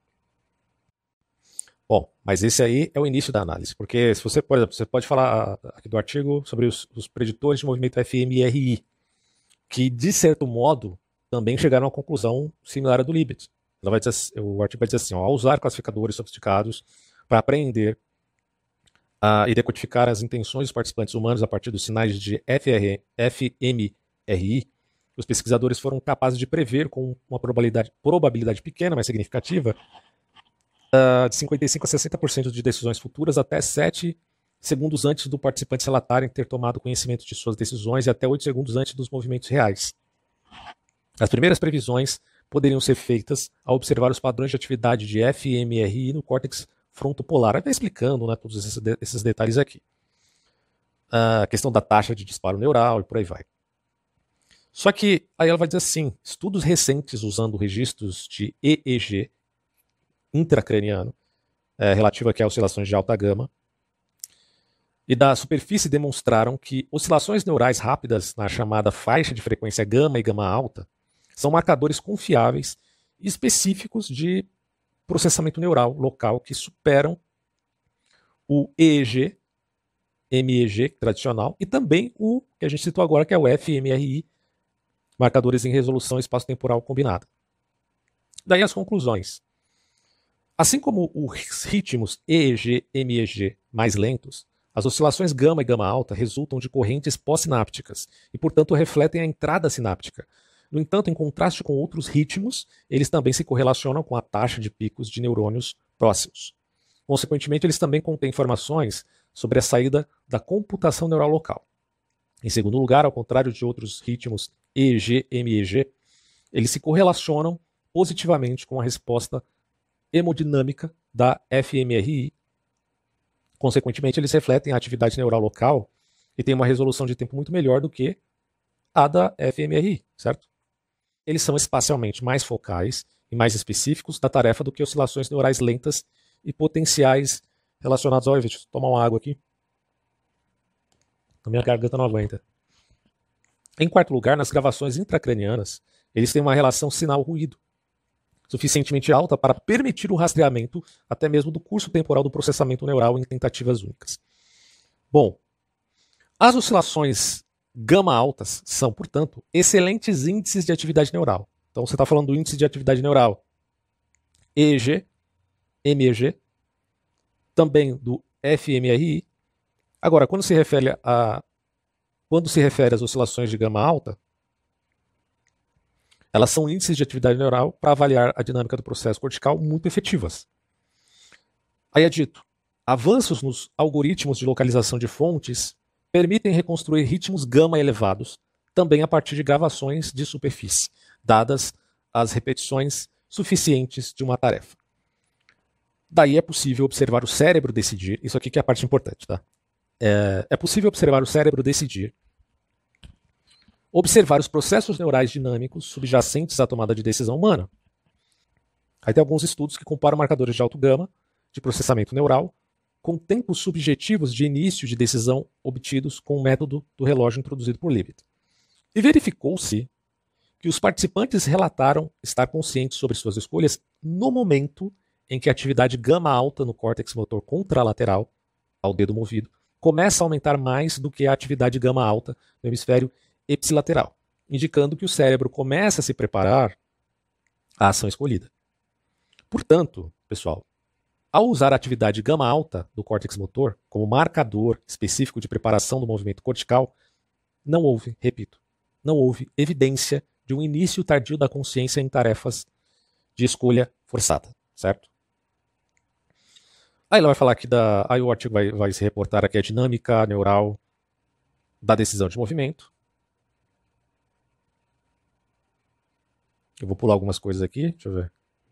Bom, mas esse aí é o início da análise, porque se você, por exemplo, você pode falar aqui do artigo sobre os, os preditores de movimento F M R I, que de certo modo também chegaram a uma conclusão similar à do Libet. Ela vai dizer, o artigo vai dizer assim, ó, ao usar classificadores sofisticados para aprender uh, e decodificar as intenções dos participantes humanos a partir dos sinais de F R, F M R I, os pesquisadores foram capazes de prever com uma probabilidade, probabilidade pequena, mas significativa, uh, de cinquenta e cinco a sessenta por cento de decisões futuras até sete segundos antes do participante relatarem ter tomado conhecimento de suas decisões e até oito segundos antes dos movimentos reais. As primeiras previsões poderiam ser feitas ao observar os padrões de atividade de F M R I no córtex frontopolar. Aí vai explicando, né, todos esses, esses detalhes aqui. A questão da taxa de disparo neural e por aí vai. Só que aí ela vai dizer assim, estudos recentes usando registros de E E G intracraniano, é, relativo aqui a oscilações de alta gama, e da superfície demonstraram que oscilações neurais rápidas na chamada faixa de frequência gama e gama alta são marcadores confiáveis e específicos de processamento neural local que superam o E E G, M E G tradicional e também o que a gente citou agora, que é o F M R I, marcadores em resolução espaço-temporal combinada. Daí as conclusões. Assim como os ritmos E E G, M E G mais lentos, as oscilações gama e gama alta resultam de correntes pós-sinápticas e, portanto, refletem a entrada sináptica. No entanto, em contraste com outros ritmos, eles também se correlacionam com a taxa de picos de neurônios próximos. Consequentemente, eles também contêm informações sobre a saída da computação neural local. Em segundo lugar, ao contrário de outros ritmos E E G, M E G, eles se correlacionam positivamente com a resposta hemodinâmica da F M R I. Consequentemente, eles refletem a atividade neural local e têm uma resolução de tempo muito melhor do que a da F M R I, certo? Eles são espacialmente mais focais e mais específicos da tarefa do que oscilações neurais lentas e potenciais relacionados ao... Deixa eu tomar uma água aqui. A minha garganta não aguenta. Em quarto lugar, nas gravações intracranianas, eles têm uma relação sinal-ruído suficientemente alta para permitir o rastreamento até mesmo do curso temporal do processamento neural em tentativas únicas. Bom, as oscilações gama altas são, portanto, excelentes índices de atividade neural. Então você está falando do índice de atividade neural E E G, M E G, também do F M R I. Agora, quando se refere a quando se refere às oscilações de gama alta, elas são índices de atividade neural para avaliar a dinâmica do processo cortical muito efetivas. Aí é dito, avanços nos algoritmos de localização de fontes permitem reconstruir ritmos gama elevados, também a partir de gravações de superfície, dadas as repetições suficientes de uma tarefa. Daí é possível observar o cérebro decidir, isso aqui que é a parte importante, tá? É, é possível observar o cérebro decidir, observar os processos neurais dinâmicos subjacentes à tomada de decisão humana. Aí tem alguns estudos que comparam marcadores de alto gama de processamento neural com tempos subjetivos de início de decisão obtidos com o método do relógio introduzido por Libet. E verificou-se que os participantes relataram estar conscientes sobre suas escolhas no momento em que a atividade gama alta no córtex motor contralateral, ao dedo movido, começa a aumentar mais do que a atividade gama alta no hemisfério ipsilateral, indicando que o cérebro começa a se preparar à ação escolhida. Portanto, pessoal, ao usar a atividade gama alta do córtex motor como marcador específico de preparação do movimento cortical, não houve, repito, não houve evidência de um início tardio da consciência em tarefas de escolha forçada, certo? Aí ela vai falar aqui da... Aí o artigo vai, vai se reportar aqui a dinâmica neural da decisão de movimento. Eu vou pular algumas coisas aqui, deixa eu ver.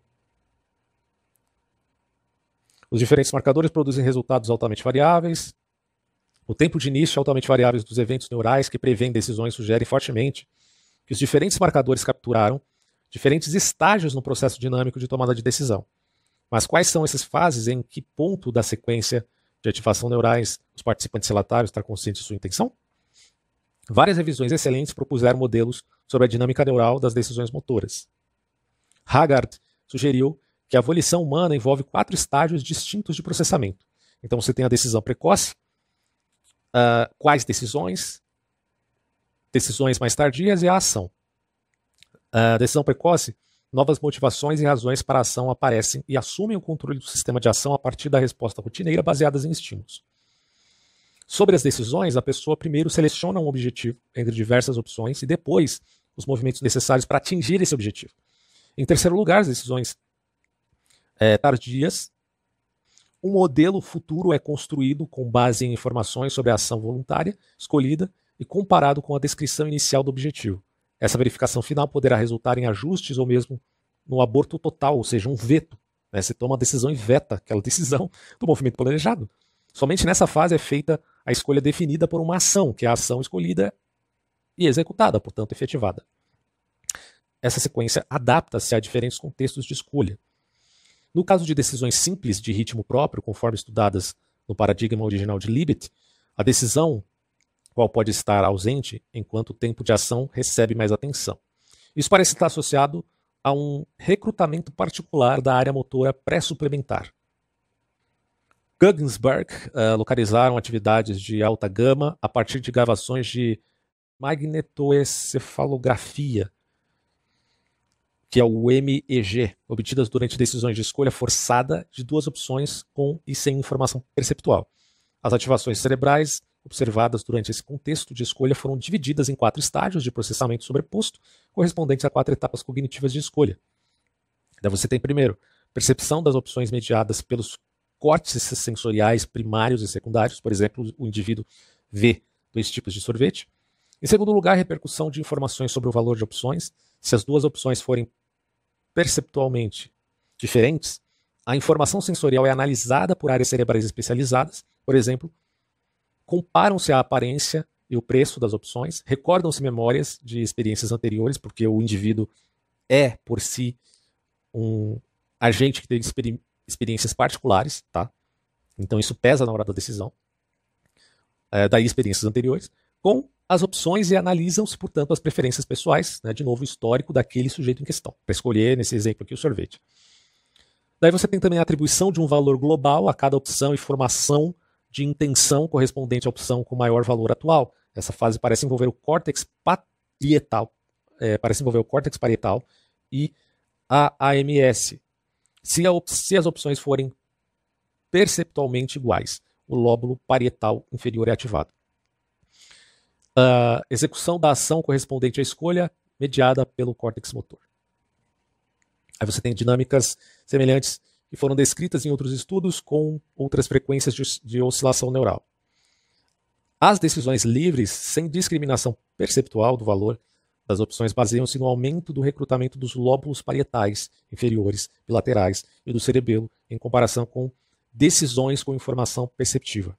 Os diferentes marcadores produzem resultados altamente variáveis. O tempo de início altamente variáveis dos eventos neurais que prevêem decisões sugere fortemente que os diferentes marcadores capturaram diferentes estágios no processo dinâmico de tomada de decisão. Mas quais são essas fases, em que ponto da sequência de ativação neurais os participantes relataram estar conscientes de sua intenção? Várias revisões excelentes propuseram modelos sobre a dinâmica neural das decisões motoras. Haggard sugeriu que a volição humana envolve quatro estágios distintos de processamento. Então você tem a decisão precoce, uh, quais decisões, decisões mais tardias e a ação. A uh, decisão precoce, novas motivações e razões para a ação aparecem e assumem o controle do sistema de ação a partir da resposta rotineira baseadas em estímulos. Sobre as decisões, a pessoa primeiro seleciona um objetivo entre diversas opções e depois os movimentos necessários para atingir esse objetivo. Em terceiro lugar, as decisões é, tardias. Um modelo futuro é construído com base em informações sobre a ação voluntária escolhida e comparado com a descrição inicial do objetivo. Essa verificação final poderá resultar em ajustes ou mesmo no aborto total, ou seja, um veto. Né? Você toma a decisão e veta aquela decisão do movimento planejado. Somente nessa fase é feita a escolha definida por uma ação, que é a ação escolhida e executada, portanto efetivada. Essa sequência adapta-se a diferentes contextos de escolha. No caso de decisões simples de ritmo próprio, conforme estudadas no paradigma original de Libet, a decisão, qual pode estar ausente enquanto o tempo de ação recebe mais atenção. Isso parece estar associado a um recrutamento particular da área motora pré-suplementar. Gugginsberg uh, localizaram atividades de alta gama a partir de gravações de magnetoencefalografia, que é o M E G, obtidas durante decisões de escolha forçada de duas opções com e sem informação perceptual. As ativações cerebrais observadas durante esse contexto de escolha foram divididas em quatro estágios de processamento sobreposto, correspondentes a quatro etapas cognitivas de escolha. Daí você tem, primeiro, percepção das opções mediadas pelos córtices sensoriais primários e secundários, por exemplo, o indivíduo vê dois tipos de sorvete. Em segundo lugar, repercussão de informações sobre o valor de opções. Se as duas opções forem perceptualmente diferentes, a informação sensorial é analisada por áreas cerebrais especializadas. Por exemplo, comparam-se a aparência e o preço das opções, recordam-se memórias de experiências anteriores, porque o indivíduo é, por si, um agente que tem experi experiências particulares, tá? Então isso pesa na hora da decisão, é, daí experiências anteriores, com as opções e analisam-se, portanto, as preferências pessoais, né, de novo, o histórico daquele sujeito em questão, para escolher, nesse exemplo aqui, o sorvete. Daí você tem também a atribuição de um valor global a cada opção e formação de intenção correspondente à opção com maior valor atual. Essa fase parece envolver o córtex parietal, é, parece envolver o córtex parietal e a A M S. Se, a op se as opções forem perceptualmente iguais, o lóbulo parietal inferior é ativado. A execução da ação correspondente à escolha mediada pelo córtex motor. Aí você tem dinâmicas semelhantes que foram descritas em outros estudos com outras frequências de, de oscilação neural. As decisões livres, sem discriminação perceptual do valor das opções, baseiam-se no aumento do recrutamento dos lóbulos parietais inferiores, bilaterais e do cerebelo, em comparação com decisões com informação perceptiva.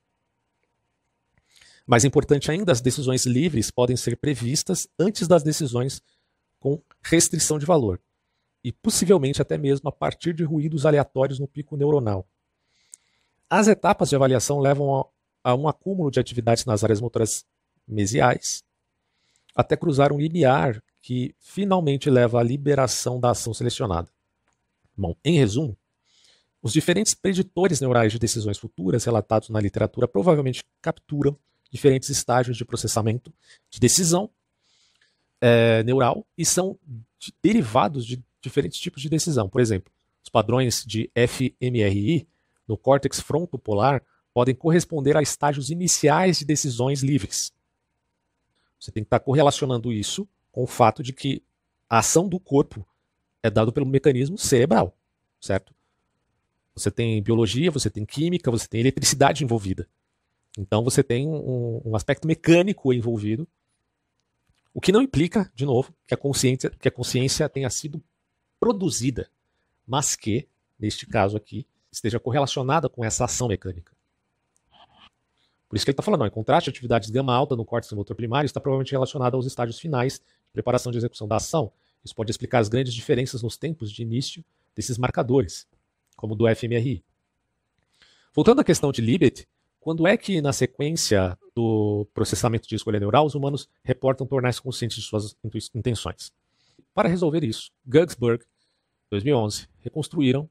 Mais importante ainda, as decisões livres podem ser previstas antes das decisões com restrição de valor, e possivelmente até mesmo a partir de ruídos aleatórios no pico neuronal. As etapas de avaliação levam a, a um acúmulo de atividades nas áreas motoras mesiais, até cruzar um limiar que finalmente leva à liberação da ação selecionada. Bom, em resumo, os diferentes preditores neurais de decisões futuras relatados na literatura provavelmente capturam diferentes estágios de processamento de decisão é, neural e são de, derivados de diferentes tipos de decisão. Por exemplo, os padrões de F M R I no córtex frontopolar podem corresponder a estágios iniciais de decisões livres. Você tem que estar correlacionando isso com o fato de que a ação do corpo é dada pelo mecanismo cerebral, certo? Você tem biologia, você tem química, você tem eletricidade envolvida. Então você tem um, um aspecto mecânico envolvido, o que não implica, de novo, que a consciência, que a consciência tenha sido produzida, mas que, neste caso aqui, esteja correlacionada com essa ação mecânica. Por isso que ele está falando, ó, em contraste, atividades gama alta no córtex motor primário está provavelmente relacionada aos estágios finais de preparação de execução da ação. Isso pode explicar as grandes diferenças nos tempos de início desses marcadores, como o do F M R I. Voltando à questão de Libet, quando é que, na sequência do processamento de escolha neural, os humanos reportam tornar-se conscientes de suas intenções? Para resolver isso, Gugsberg, em dois mil e onze, reconstruíram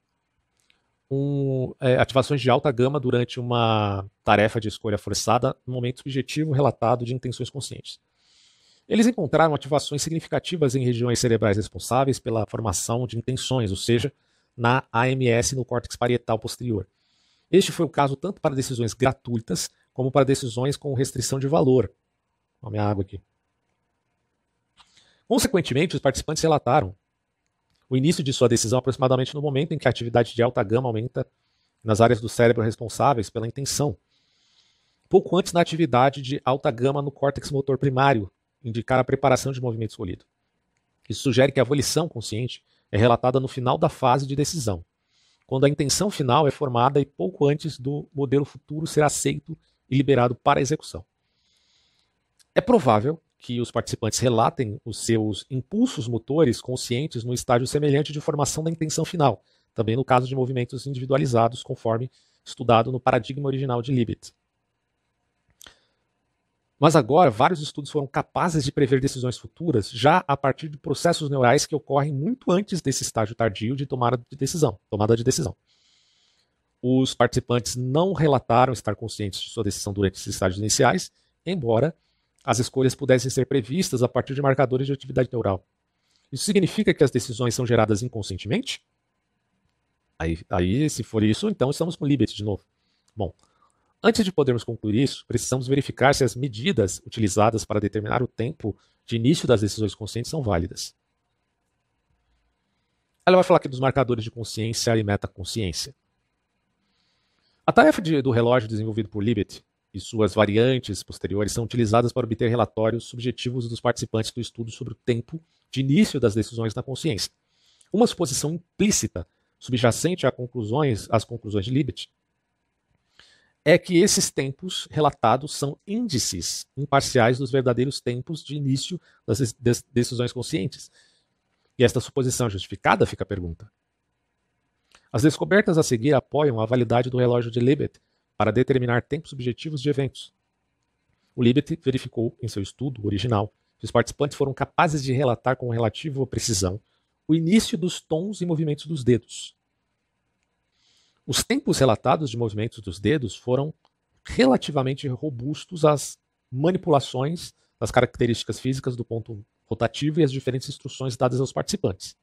um, é, ativações de alta gama durante uma tarefa de escolha forçada no momento subjetivo relatado de intenções conscientes. Eles encontraram ativações significativas em regiões cerebrais responsáveis pela formação de intenções, ou seja, na A M S no córtex parietal posterior. Este foi o caso tanto para decisões gratuitas como para decisões com restrição de valor. Olha a minha água aqui. Consequentemente, os participantes relataram o início de sua decisão aproximadamente no momento em que a atividade de alta gama aumenta nas áreas do cérebro responsáveis pela intenção. Pouco antes da atividade de alta gama no córtex motor primário, indicar a preparação de movimento escolhido. Isso sugere que a volição consciente é relatada no final da fase de decisão, quando a intenção final é formada e pouco antes do modelo futuro ser aceito e liberado para a execução. É provável que os participantes relatem os seus impulsos motores conscientes no estágio semelhante de formação da intenção final, também no caso de movimentos individualizados, conforme estudado no paradigma original de Libet. Mas agora, vários estudos foram capazes de prever decisões futuras já a partir de processos neurais que ocorrem muito antes desse estágio tardio de tomada de decisão. Tomada de decisão. Os participantes não relataram estar conscientes de sua decisão durante esses estágios iniciais, embora as escolhas pudessem ser previstas a partir de marcadores de atividade neural. Isso significa que as decisões são geradas inconscientemente? Aí, aí se for isso, então estamos com Libet de novo. Bom, antes de podermos concluir isso, precisamos verificar se as medidas utilizadas para determinar o tempo de início das decisões conscientes são válidas. Ela vai falar aqui dos marcadores de consciência e metaconsciência. A tarefa de, do relógio desenvolvido por Libet e suas variantes posteriores são utilizadas para obter relatórios subjetivos dos participantes do estudo sobre o tempo de início das decisões na consciência. Uma suposição implícita subjacente às conclusões, às conclusões de Libet é que esses tempos relatados são índices imparciais dos verdadeiros tempos de início das decisões conscientes. E esta suposição justificada, fica a pergunta. As descobertas a seguir apoiam a validade do relógio de Libet para determinar tempos subjetivos de eventos. O Libet verificou em seu estudo original que os participantes foram capazes de relatar com relativa precisão o início dos tons e movimentos dos dedos. Os tempos relatados de movimentos dos dedos foram relativamente robustos às manipulações das características físicas do ponto rotativo e as diferentes instruções dadas aos participantes.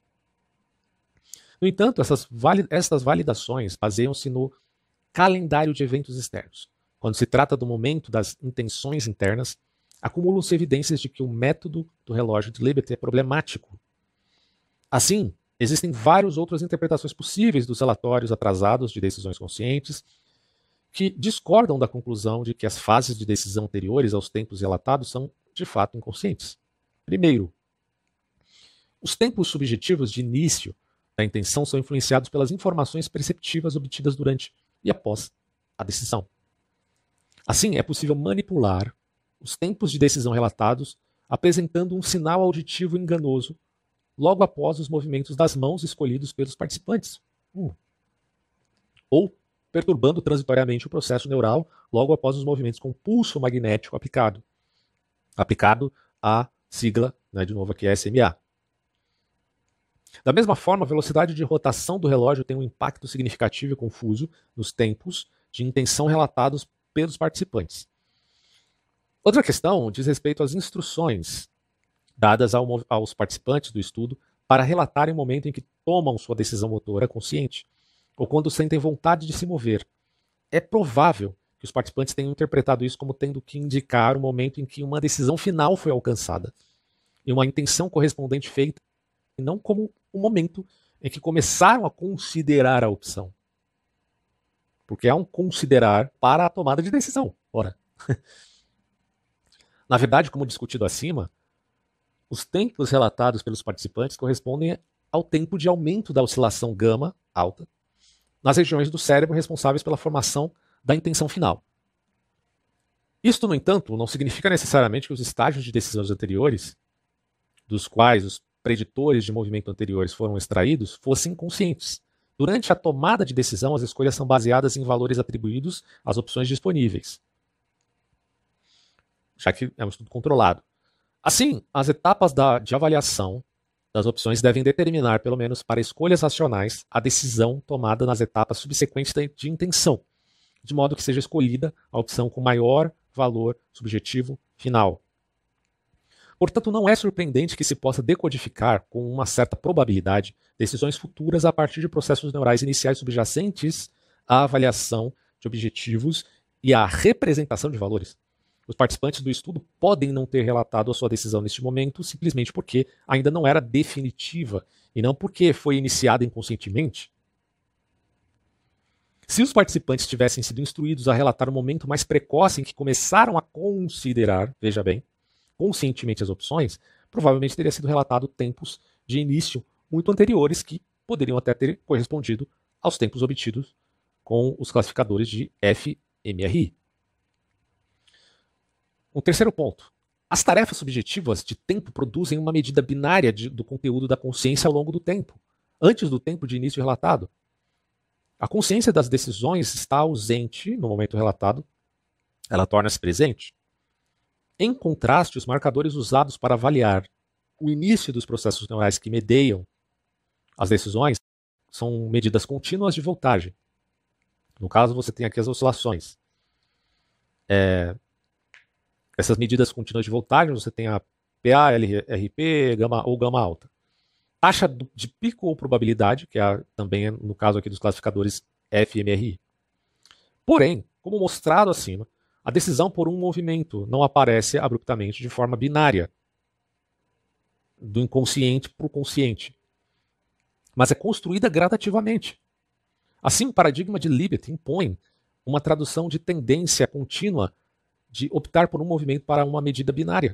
No entanto, essas, vali essas validações baseiam-se no calendário de eventos externos. Quando se trata do momento das intenções internas, acumulam-se evidências de que o método do relógio de Libet é problemático. Assim, existem várias outras interpretações possíveis dos relatórios atrasados de decisões conscientes que discordam da conclusão de que as fases de decisão anteriores aos tempos relatados são, de fato, inconscientes. Primeiro, os tempos subjetivos de início da intenção são influenciados pelas informações perceptivas obtidas durante e após a decisão. Assim, é possível manipular os tempos de decisão relatados apresentando um sinal auditivo enganoso logo após os movimentos das mãos escolhidos pelos participantes. Uh. Ou perturbando transitoriamente o processo neural logo após os movimentos com pulso magnético aplicado. Aplicado à sigla, né, de novo aqui, S M A. Da mesma forma, a velocidade de rotação do relógio tem um impacto significativo e confuso nos tempos de intenção relatados pelos participantes. Outra questão diz respeito às instruções dadas ao, aos participantes do estudo para relatarem o momento em que tomam sua decisão motora consciente, ou quando sentem vontade de se mover. É provável que os participantes tenham interpretado isso como tendo que indicar o momento em que uma decisão final foi alcançada, e uma intenção correspondente feita, e não como o momento em que começaram a considerar a opção. Porque é um considerar para a tomada de decisão. Ora. Na verdade, como discutido acima, os tempos relatados pelos participantes correspondem ao tempo de aumento da oscilação gama alta nas regiões do cérebro responsáveis pela formação da intenção final. Isto, no entanto, não significa necessariamente que os estágios de decisões anteriores, dos quais os preditores de movimento anteriores foram extraídos, fossem conscientes. Durante a tomada de decisão, as escolhas são baseadas em valores atribuídos às opções disponíveis, já que é um estudo controlado. Assim, as etapas da, de avaliação das opções devem determinar, pelo menos para escolhas racionais, a decisão tomada nas etapas subsequentes de intenção, de modo que seja escolhida a opção com maior valor subjetivo final. Portanto, não é surpreendente que se possa decodificar com uma certa probabilidade decisões futuras a partir de processos neurais iniciais subjacentes à avaliação de objetivos e à representação de valores. Os participantes do estudo podem não ter relatado a sua decisão neste momento simplesmente porque ainda não era definitiva e não porque foi iniciada inconscientemente. Se os participantes tivessem sido instruídos a relatar o momento mais precoce em que começaram a considerar, veja bem, conscientemente as opções, provavelmente teria sido relatado tempos de início muito anteriores que poderiam até ter correspondido aos tempos obtidos com os classificadores de F M R I. Um terceiro ponto. As tarefas subjetivas de tempo produzem uma medida binária de, do conteúdo da consciência ao longo do tempo, antes do tempo de início relatado. A consciência das decisões está ausente no momento relatado, ela torna-se presente. Em contraste, os marcadores usados para avaliar o início dos processos neurais que medeiam as decisões são medidas contínuas de voltagem. No caso, você tem aqui as oscilações. É, essas medidas contínuas de voltagem, você tem a P A, L R P gama, ou gama alta. Taxa de pico ou probabilidade, que é também no caso aqui dos classificadores F M R I. Porém, como mostrado acima, a decisão por um movimento não aparece abruptamente de forma binária, do inconsciente para o consciente, mas é construída gradativamente. Assim, o paradigma de Libet impõe uma tradução de tendência contínua de optar por um movimento para uma medida binária.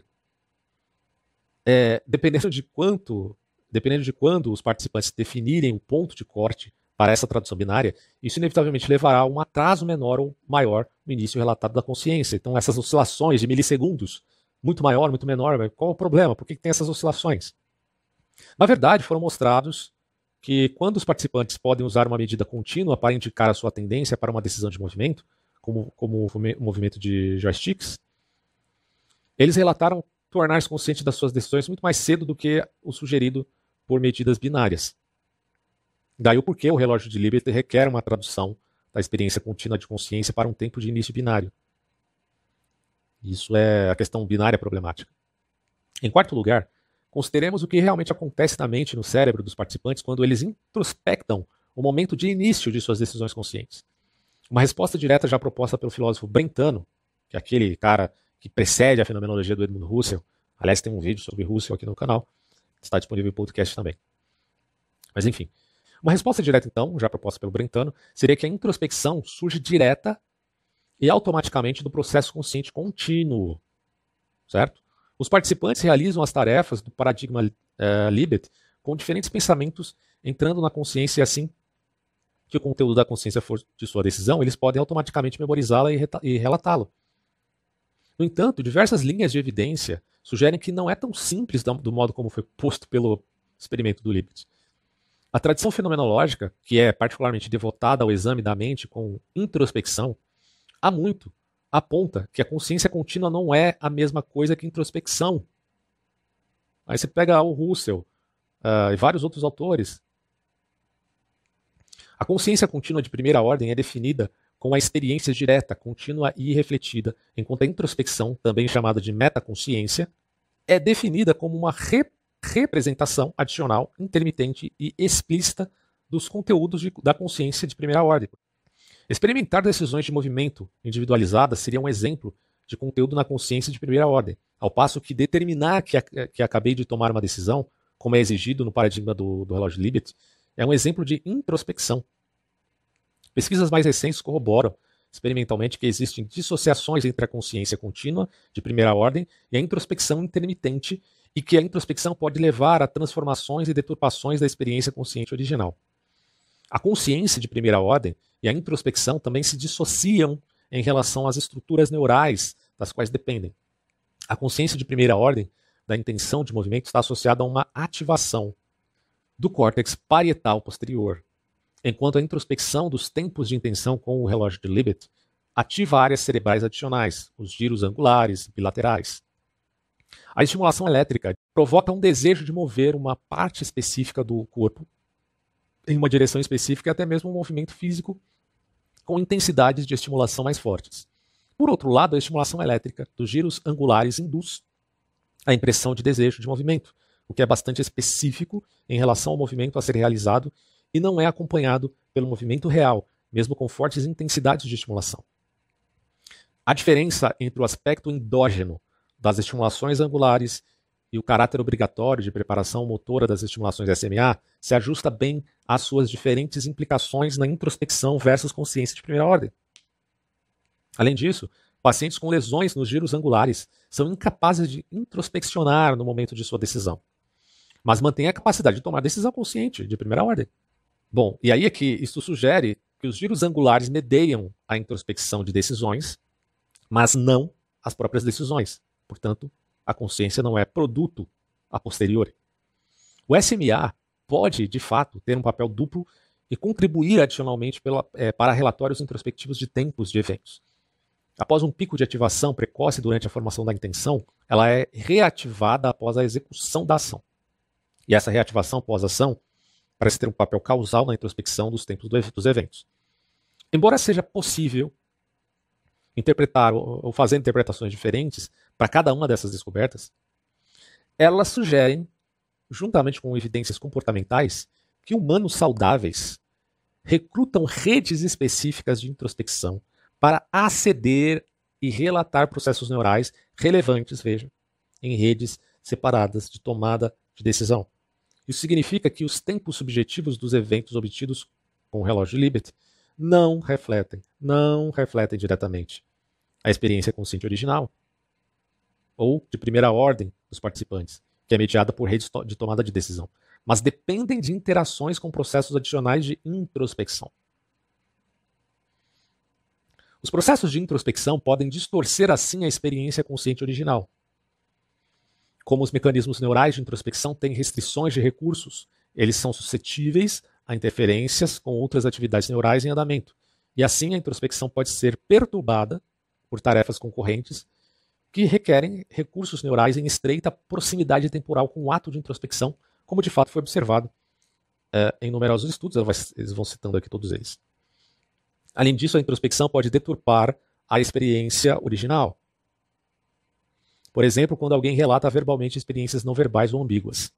É, dependendo de quanto, dependendo de quando os participantes definirem o ponto de corte para essa tradução binária, isso inevitavelmente levará a um atraso menor ou maior no início relatado da consciência. Então, essas oscilações de milissegundos, muito maior, muito menor, qual é o problema? Por que tem essas oscilações? Na verdade, foram mostrados que quando os participantes podem usar uma medida contínua para indicar a sua tendência para uma decisão de movimento, como, como o movimento de joysticks, eles relataram tornar-se conscientes das suas decisões muito mais cedo do que o sugerido por medidas binárias. Daí o porquê o relógio de Libet requer uma tradução da experiência contínua de consciência para um tempo de início binário. Isso é a questão binária problemática. Em quarto lugar, consideremos o que realmente acontece na mente e no cérebro dos participantes quando eles introspectam o momento de início de suas decisões conscientes. Uma resposta direta já proposta pelo filósofo brentano, que é aquele cara que precede a fenomenologia do Edmund Husserl. Aliás, tem um vídeo sobre Husserl aqui no canal, está disponível em podcast também. Mas enfim, uma resposta direta então, já proposta pelo brentano, seria que a introspecção surge direta e automaticamente do processo consciente contínuo, certo? Os participantes realizam as tarefas do paradigma uh, Libet com diferentes pensamentos entrando na consciência, e assim que o conteúdo da consciência for de sua decisão, eles podem automaticamente memorizá-la e, e relatá-lo. No entanto, diversas linhas de evidência sugerem que não é tão simples do modo como foi posto pelo experimento do Libet. A tradição fenomenológica, que é particularmente devotada ao exame da mente com introspecção, há muito aponta que a consciência contínua não é a mesma coisa que introspecção. Aí você pega o Husserl uh, e vários outros autores. A consciência contínua de primeira ordem é definida com a experiência direta, contínua e refletida, enquanto a introspecção, também chamada de metaconsciência, é definida como uma re representação adicional, intermitente e explícita dos conteúdos de, da consciência de primeira ordem. Experimentar decisões de movimento individualizadas seria um exemplo de conteúdo na consciência de primeira ordem, ao passo que determinar que, a, que acabei de tomar uma decisão, como é exigido no paradigma do, do relógio de Libet, é um exemplo de introspecção. Pesquisas mais recentes corroboram experimentalmente que existem dissociações entre a consciência contínua de primeira ordem e a introspecção intermitente, e que a introspecção pode levar a transformações e deturpações da experiência consciente original. A consciência de primeira ordem e a introspecção também se dissociam em relação às estruturas neurais das quais dependem. A consciência de primeira ordem da intenção de movimento está associada a uma ativação do córtex parietal posterior, enquanto a introspecção dos tempos de intenção com o relógio de Libet ativa áreas cerebrais adicionais, os giros angulares e bilaterais. A estimulação elétrica provoca um desejo de mover uma parte específica do corpo em uma direção específica e até mesmo um movimento físico com intensidades de estimulação mais fortes. Por outro lado, a estimulação elétrica dos giros angulares induz a impressão de desejo de movimento, o que é bastante específico em relação ao movimento a ser realizado e não é acompanhado pelo movimento real, mesmo com fortes intensidades de estimulação. A diferença entre o aspecto endógeno das estimulações angulares e o caráter obrigatório de preparação motora das estimulações S M A se ajusta bem às suas diferentes implicações na introspecção versus consciência de primeira ordem. Além disso, pacientes com lesões nos giros angulares são incapazes de introspeccionar no momento de sua decisão, mas mantêm a capacidade de tomar decisão consciente de primeira ordem. Bom, e aí é que isso sugere que os giros angulares medeiam a introspecção de decisões, mas não as próprias decisões. Portanto, a consciência não é produto a posteriori. O S M A pode, de fato, ter um papel duplo e contribuir adicionalmente pela, é, para relatórios introspectivos de tempos de eventos. Após um pico de ativação precoce durante a formação da intenção, ela é reativada após a execução da ação. E essa reativação pós-ação parece ter um papel causal na introspecção dos tempos do, dos eventos. Embora seja possível interpretar ou fazer interpretações diferentes para cada uma dessas descobertas, elas sugerem, juntamente com evidências comportamentais, que humanos saudáveis recrutam redes específicas de introspecção para aceder e relatar processos neurais relevantes, veja, em redes separadas de tomada de decisão. Isso significa que os tempos subjetivos dos eventos obtidos com o relógio de Libet não refletem, não refletem diretamente a experiência consciente original ou de primeira ordem dos participantes, que é mediada por redes de tomada de decisão, mas dependem de interações com processos adicionais de introspecção. Os processos de introspecção podem distorcer assim a experiência consciente original. Como os mecanismos neurais de introspecção têm restrições de recursos, eles são suscetíveis a interferências com outras atividades neurais em andamento. E assim a introspecção pode ser perturbada por tarefas concorrentes que requerem recursos neurais em estreita proximidade temporal com o ato de introspecção, como de fato foi observado é, em numerosos estudos, eles vão citando aqui todos eles. Além disso, a introspecção pode deturpar a experiência original. Por exemplo, quando alguém relata verbalmente experiências não verbais ou ambíguas.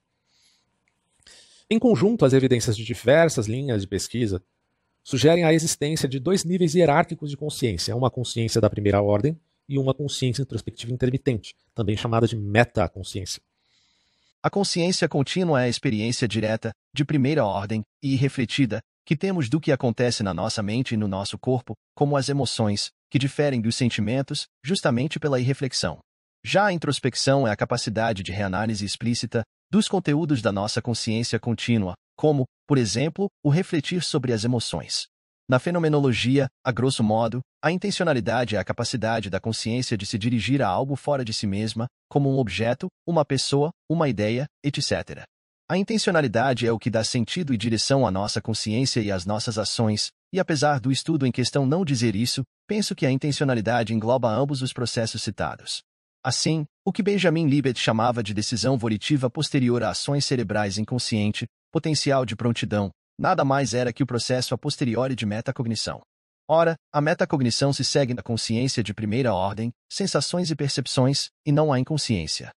Em conjunto, as evidências de diversas linhas de pesquisa sugerem a existência de dois níveis hierárquicos de consciência, uma consciência da primeira ordem e uma consciência introspectiva intermitente, também chamada de metaconsciência. A consciência contínua é a experiência direta, de primeira ordem e irrefletida, que temos do que acontece na nossa mente e no nosso corpo, como as emoções, que diferem dos sentimentos, justamente pela irreflexão. Já a introspecção é a capacidade de reanálise explícita dos conteúdos da nossa consciência contínua, como, por exemplo, o refletir sobre as emoções. Na fenomenologia, a grosso modo, a intencionalidade é a capacidade da consciência de se dirigir a algo fora de si mesma, como um objeto, uma pessoa, uma ideia, etcétera. A intencionalidade é o que dá sentido e direção à nossa consciência e às nossas ações, e apesar do estudo em questão não dizer isso, penso que a intencionalidade engloba ambos os processos citados. Assim, o que Benjamin Libet chamava de decisão volitiva posterior a ações cerebrais inconsciente, potencial de prontidão, nada mais era que o processo a posteriori de metacognição. Ora, a metacognição se segue na consciência de primeira ordem, sensações e percepções, e não a inconsciência.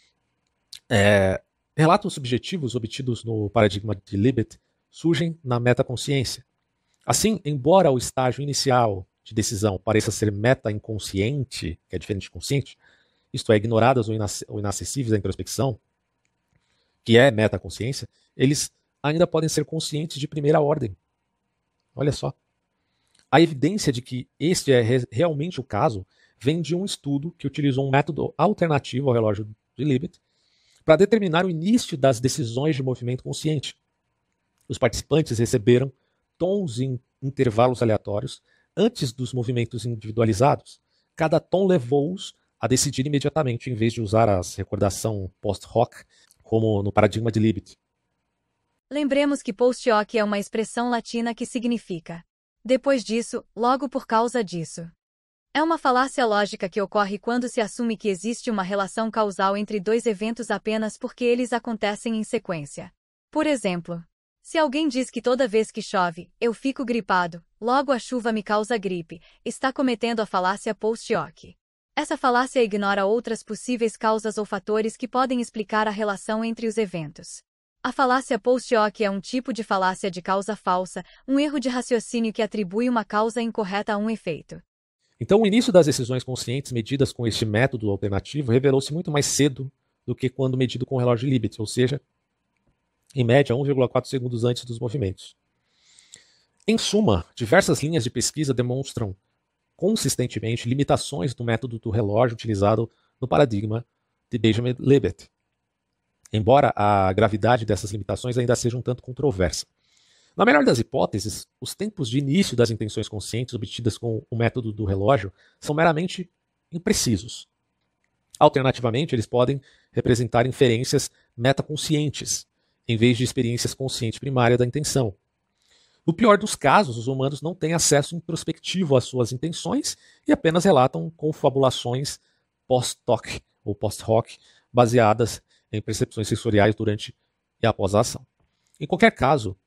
É... Relatos subjetivos obtidos no paradigma de Libet surgem na metaconsciência. Assim, embora o estágio inicial de decisão pareça ser meta-inconsciente, que é diferente de consciente, isto é, ignoradas ou, inac ou inacessíveis à introspecção, que é metaconsciência, eles ainda podem ser conscientes de primeira ordem. Olha só. A evidência de que este é re realmente o caso vem de um estudo que utilizou um método alternativo ao relógio de Libet para determinar o início das decisões de movimento consciente. Os participantes receberam tons em intervalos aleatórios antes dos movimentos individualizados. Cada tom levou-os a decidir imediatamente, em vez de usar a recordação post-hoc, como no paradigma de Libet. Lembremos que post-hoc é uma expressão latina que significa depois disso, logo por causa disso. É uma falácia lógica que ocorre quando se assume que existe uma relação causal entre dois eventos apenas porque eles acontecem em sequência. Por exemplo, se alguém diz que toda vez que chove, eu fico gripado, logo a chuva me causa gripe, está cometendo a falácia post-hoc. Essa falácia ignora outras possíveis causas ou fatores que podem explicar a relação entre os eventos. A falácia post-hoc é um tipo de falácia de causa falsa, um erro de raciocínio que atribui uma causa incorreta a um efeito. Então, o início das decisões conscientes medidas com este método alternativo revelou-se muito mais cedo do que quando medido com o relógio de Libet, ou seja, em média um vírgula quatro segundos antes dos movimentos. Em suma, diversas linhas de pesquisa demonstram consistentemente limitações do método do relógio utilizado no paradigma de Benjamin Libet, embora a gravidade dessas limitações ainda seja um tanto controversa. Na melhor das hipóteses, os tempos de início das intenções conscientes obtidas com o método do relógio são meramente imprecisos. Alternativamente, eles podem representar inferências metaconscientes, em vez de experiências conscientes primárias da intenção. No pior dos casos, os humanos não têm acesso introspectivo às suas intenções e apenas relatam confabulações post-hoc ou post-hoc baseadas em percepções sensoriais durante e após a ação. Em qualquer caso,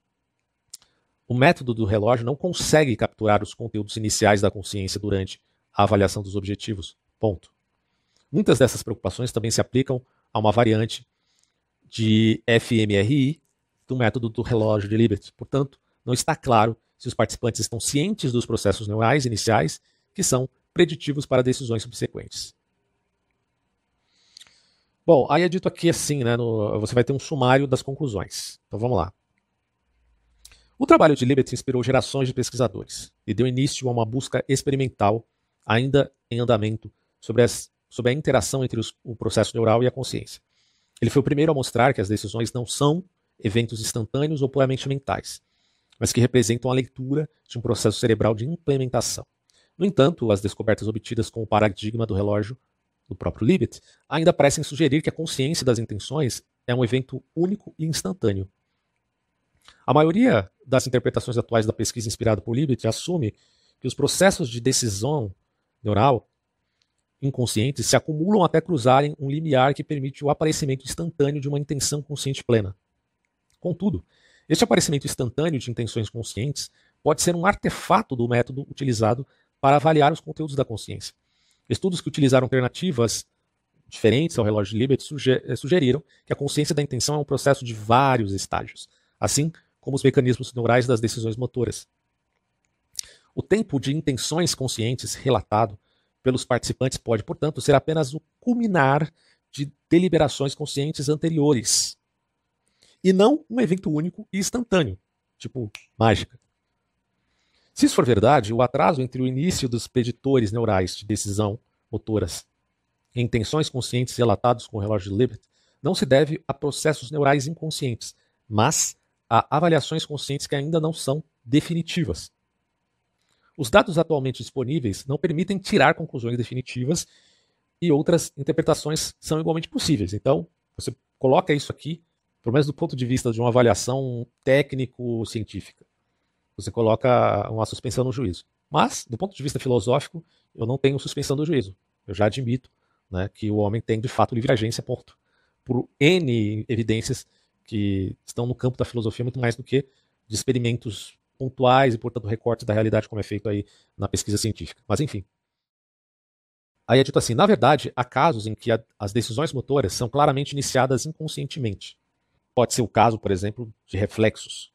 o método do relógio não consegue capturar os conteúdos iniciais da consciência durante a avaliação dos objetivos. Ponto. Muitas dessas preocupações também se aplicam a uma variante de F M R I do método do relógio de Libet. Portanto, não está claro se os participantes estão cientes dos processos neurais iniciais que são preditivos para decisões subsequentes. Bom, aí é dito aqui assim, né, no, você vai ter um sumário das conclusões. Então vamos lá. O trabalho de Libet inspirou gerações de pesquisadores e deu início a uma busca experimental ainda em andamento sobre, as, sobre a interação entre os, o processo neural e a consciência. Ele foi o primeiro a mostrar que as decisões não são eventos instantâneos ou puramente mentais, mas que representam a leitura de um processo cerebral de implementação. No entanto, as descobertas obtidas com o paradigma do relógio do próprio Libet ainda parecem sugerir que a consciência das intenções é um evento único e instantâneo. A maioria das interpretações atuais da pesquisa inspirada por Libet assume que os processos de decisão neural inconscientes se acumulam até cruzarem um limiar que permite o aparecimento instantâneo de uma intenção consciente plena. Contudo, este aparecimento instantâneo de intenções conscientes pode ser um artefato do método utilizado para avaliar os conteúdos da consciência. Estudos que utilizaram alternativas diferentes ao relógio de Libet sugeriram que a consciência da intenção é um processo de vários estágios, assim como os mecanismos neurais das decisões motoras. O tempo de intenções conscientes relatado pelos participantes pode, portanto, ser apenas o culminar de deliberações conscientes anteriores, e não um evento único e instantâneo, tipo mágica. Se isso for verdade, o atraso entre o início dos preditores neurais de decisão motoras e intenções conscientes relatados com o relógio de Libet não se deve a processos neurais inconscientes, mas a avaliações conscientes que ainda não são definitivas. Os dados atualmente disponíveis não permitem tirar conclusões definitivas e outras interpretações são igualmente possíveis. Então, você coloca isso aqui, pelo menos do ponto de vista de uma avaliação técnico-científica. Você coloca uma suspensão no juízo. Mas, do ponto de vista filosófico, eu não tenho suspensão do juízo. Eu já admito, né, que o homem tem, de fato, livre agência, ponto. Por N evidências que estão no campo da filosofia muito mais do que de experimentos pontuais e, portanto, recortes da realidade, como é feito aí na pesquisa científica. Mas, enfim. Aí é dito assim, na verdade, há casos em que a, as decisões motoras são claramente iniciadas inconscientemente. Pode ser o caso, por exemplo, de reflexos.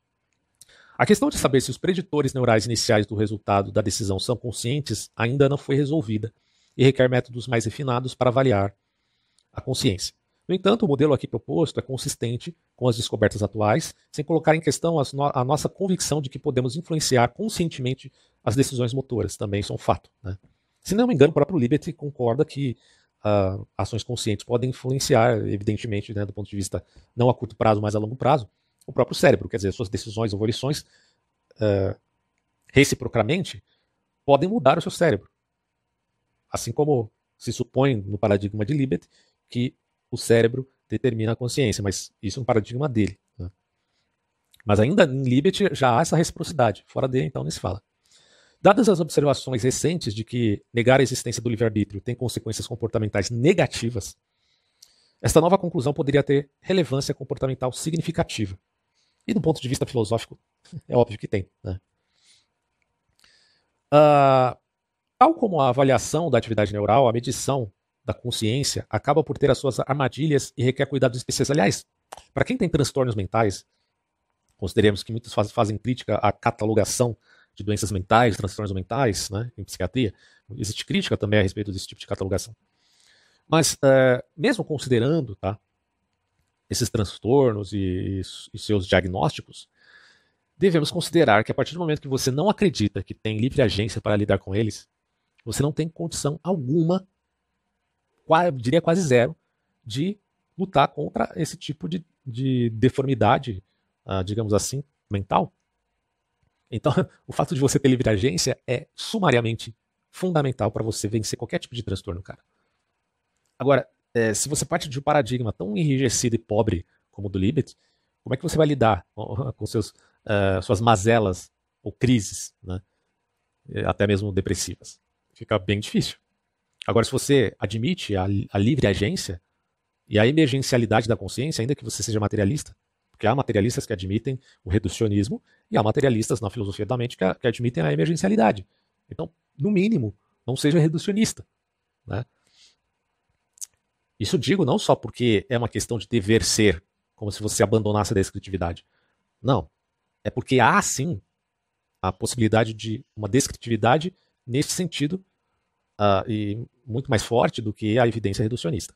A questão de saber se os preditores neurais iniciais do resultado da decisão são conscientes ainda não foi resolvida e requer métodos mais refinados para avaliar a consciência. No entanto, o modelo aqui proposto é consistente com as descobertas atuais, sem colocar em questão as no- a nossa convicção de que podemos influenciar conscientemente as decisões motoras. Também isso é um fato, né? Se não me engano, o próprio Libet concorda que uh, ações conscientes podem influenciar, evidentemente, né, do ponto de vista não a curto prazo, mas a longo prazo, o próprio cérebro. Quer dizer, suas decisões ou volições uh, reciprocamente podem mudar o seu cérebro. Assim como se supõe no paradigma de Libet que o cérebro determina a consciência, mas isso é um paradigma dele, né? Mas ainda em Libet já há essa reciprocidade, fora dele então nem se fala. Dadas as observações recentes de que negar a existência do livre-arbítrio tem consequências comportamentais negativas, esta nova conclusão poderia ter relevância comportamental significativa. E do ponto de vista filosófico, é óbvio que tem, né? Uh, tal como a avaliação da atividade neural, a medição da consciência acaba por ter as suas armadilhas e requer cuidados especiais. Aliás, para quem tem transtornos mentais, consideremos que muitos faz, fazem crítica à catalogação de doenças mentais, transtornos mentais, né, em psiquiatria, existe crítica também a respeito desse tipo de catalogação. Mas, uh, mesmo considerando, tá, esses transtornos e, e seus diagnósticos, devemos considerar que a partir do momento que você não acredita que tem livre agência para lidar com eles, você não tem condição alguma, quase, diria quase zero, de lutar contra esse tipo de, de deformidade, uh, digamos assim, mental. Então, o fato de você ter livre agência é sumariamente fundamental para você vencer qualquer tipo de transtorno, cara. Agora, é, se você parte de um paradigma tão enrijecido e pobre como o do Libet, como é que você vai lidar com, com seus, uh, suas mazelas ou crises, né? Até mesmo depressivas? Fica bem difícil. Agora, se você admite a, a livre agência e a emergencialidade da consciência, ainda que você seja materialista, porque há materialistas que admitem o reducionismo e há materialistas na filosofia da mente que, que admitem a emergencialidade. Então, no mínimo, não seja reducionista, né? Isso digo não só porque é uma questão de dever ser, como se você abandonasse a descritividade. Não. É porque há, sim, a possibilidade de uma descritividade nesse sentido uh, e muito mais forte do que a evidência reducionista.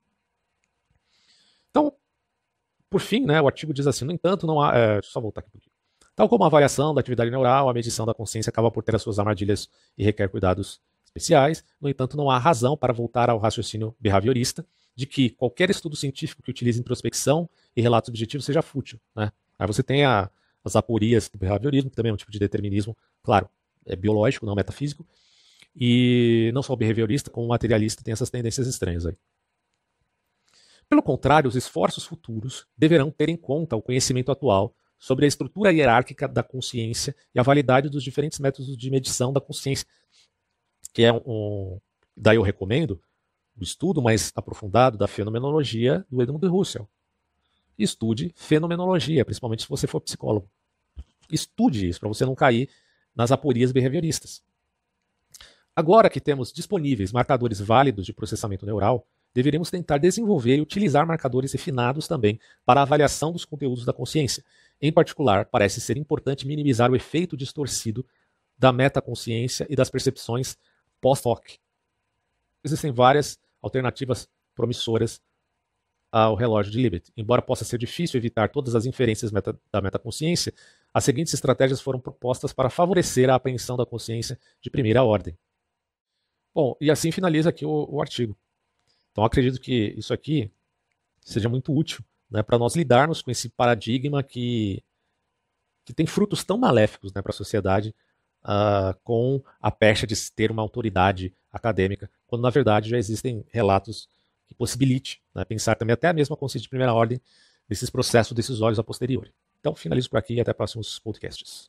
Então, por fim, né, o artigo diz assim, no entanto, não há... É, deixa eu só voltar aqui um pouquinho. Tal como a avaliação da atividade neural, a medição da consciência acaba por ter as suas armadilhas e requer cuidados especiais. No entanto, não há razão para voltar ao raciocínio behaviorista de que qualquer estudo científico que utilize introspecção e relatos objetivos seja fútil. Né? Aí você tem a, as aporias do behaviorismo, que também é um tipo de determinismo, claro, é biológico, não metafísico, e não só o behaviorista, como o materialista tem essas tendências estranhas aí. Pelo contrário, os esforços futuros deverão ter em conta o conhecimento atual sobre a estrutura hierárquica da consciência e a validade dos diferentes métodos de medição da consciência, que é um, um daí eu recomendo o estudo mais aprofundado da fenomenologia do Edmund Husserl. Estude fenomenologia, principalmente se você for psicólogo. Estude isso, para você não cair nas aporias behavioristas. Agora que temos disponíveis marcadores válidos de processamento neural, deveríamos tentar desenvolver e utilizar marcadores refinados também para a avaliação dos conteúdos da consciência. Em particular, parece ser importante minimizar o efeito distorcido da metaconsciência e das percepções post-hoc. Existem várias alternativas promissoras ao relógio de Libet. Embora possa ser difícil evitar todas as inferências meta, da metaconsciência, as seguintes estratégias foram propostas para favorecer a apreensão da consciência de primeira ordem. Bom, e assim finaliza aqui o, o artigo. Então acredito que isso aqui seja muito útil, né, para nós lidarmos com esse paradigma que, que tem frutos tão maléficos, né, para a sociedade, uh, com a pecha de ter uma autoridade acadêmica, quando na verdade já existem relatos que possibilite, né, pensar também até a mesma consciência de primeira ordem desses processos decisórios a posteriori. Então finalizo por aqui e até próximos podcasts.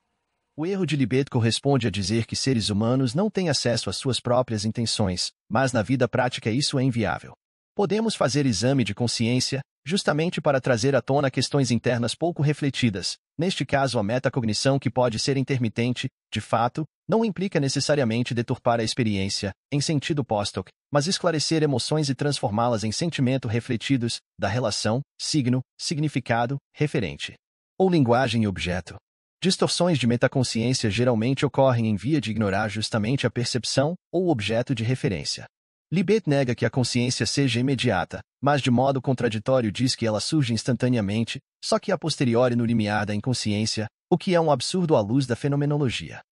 O erro de Libet corresponde a dizer que seres humanos não têm acesso às suas próprias intenções, mas na vida prática isso é inviável. Podemos fazer exame de consciência, justamente para trazer à tona questões internas pouco refletidas. Neste caso, a metacognição, que pode ser intermitente, de fato, não implica necessariamente deturpar a experiência, em sentido post-hoc, mas esclarecer emoções e transformá-las em sentimento refletidos, da relação, signo, significado, referente. Ou linguagem e objeto. Distorções de metaconsciência geralmente ocorrem em via de ignorar justamente a percepção ou o objeto de referência. Libet nega que a consciência seja imediata, mas de modo contraditório diz que ela surge instantaneamente, só que a posteriori no limiar da inconsciência, o que é um absurdo à luz da fenomenologia.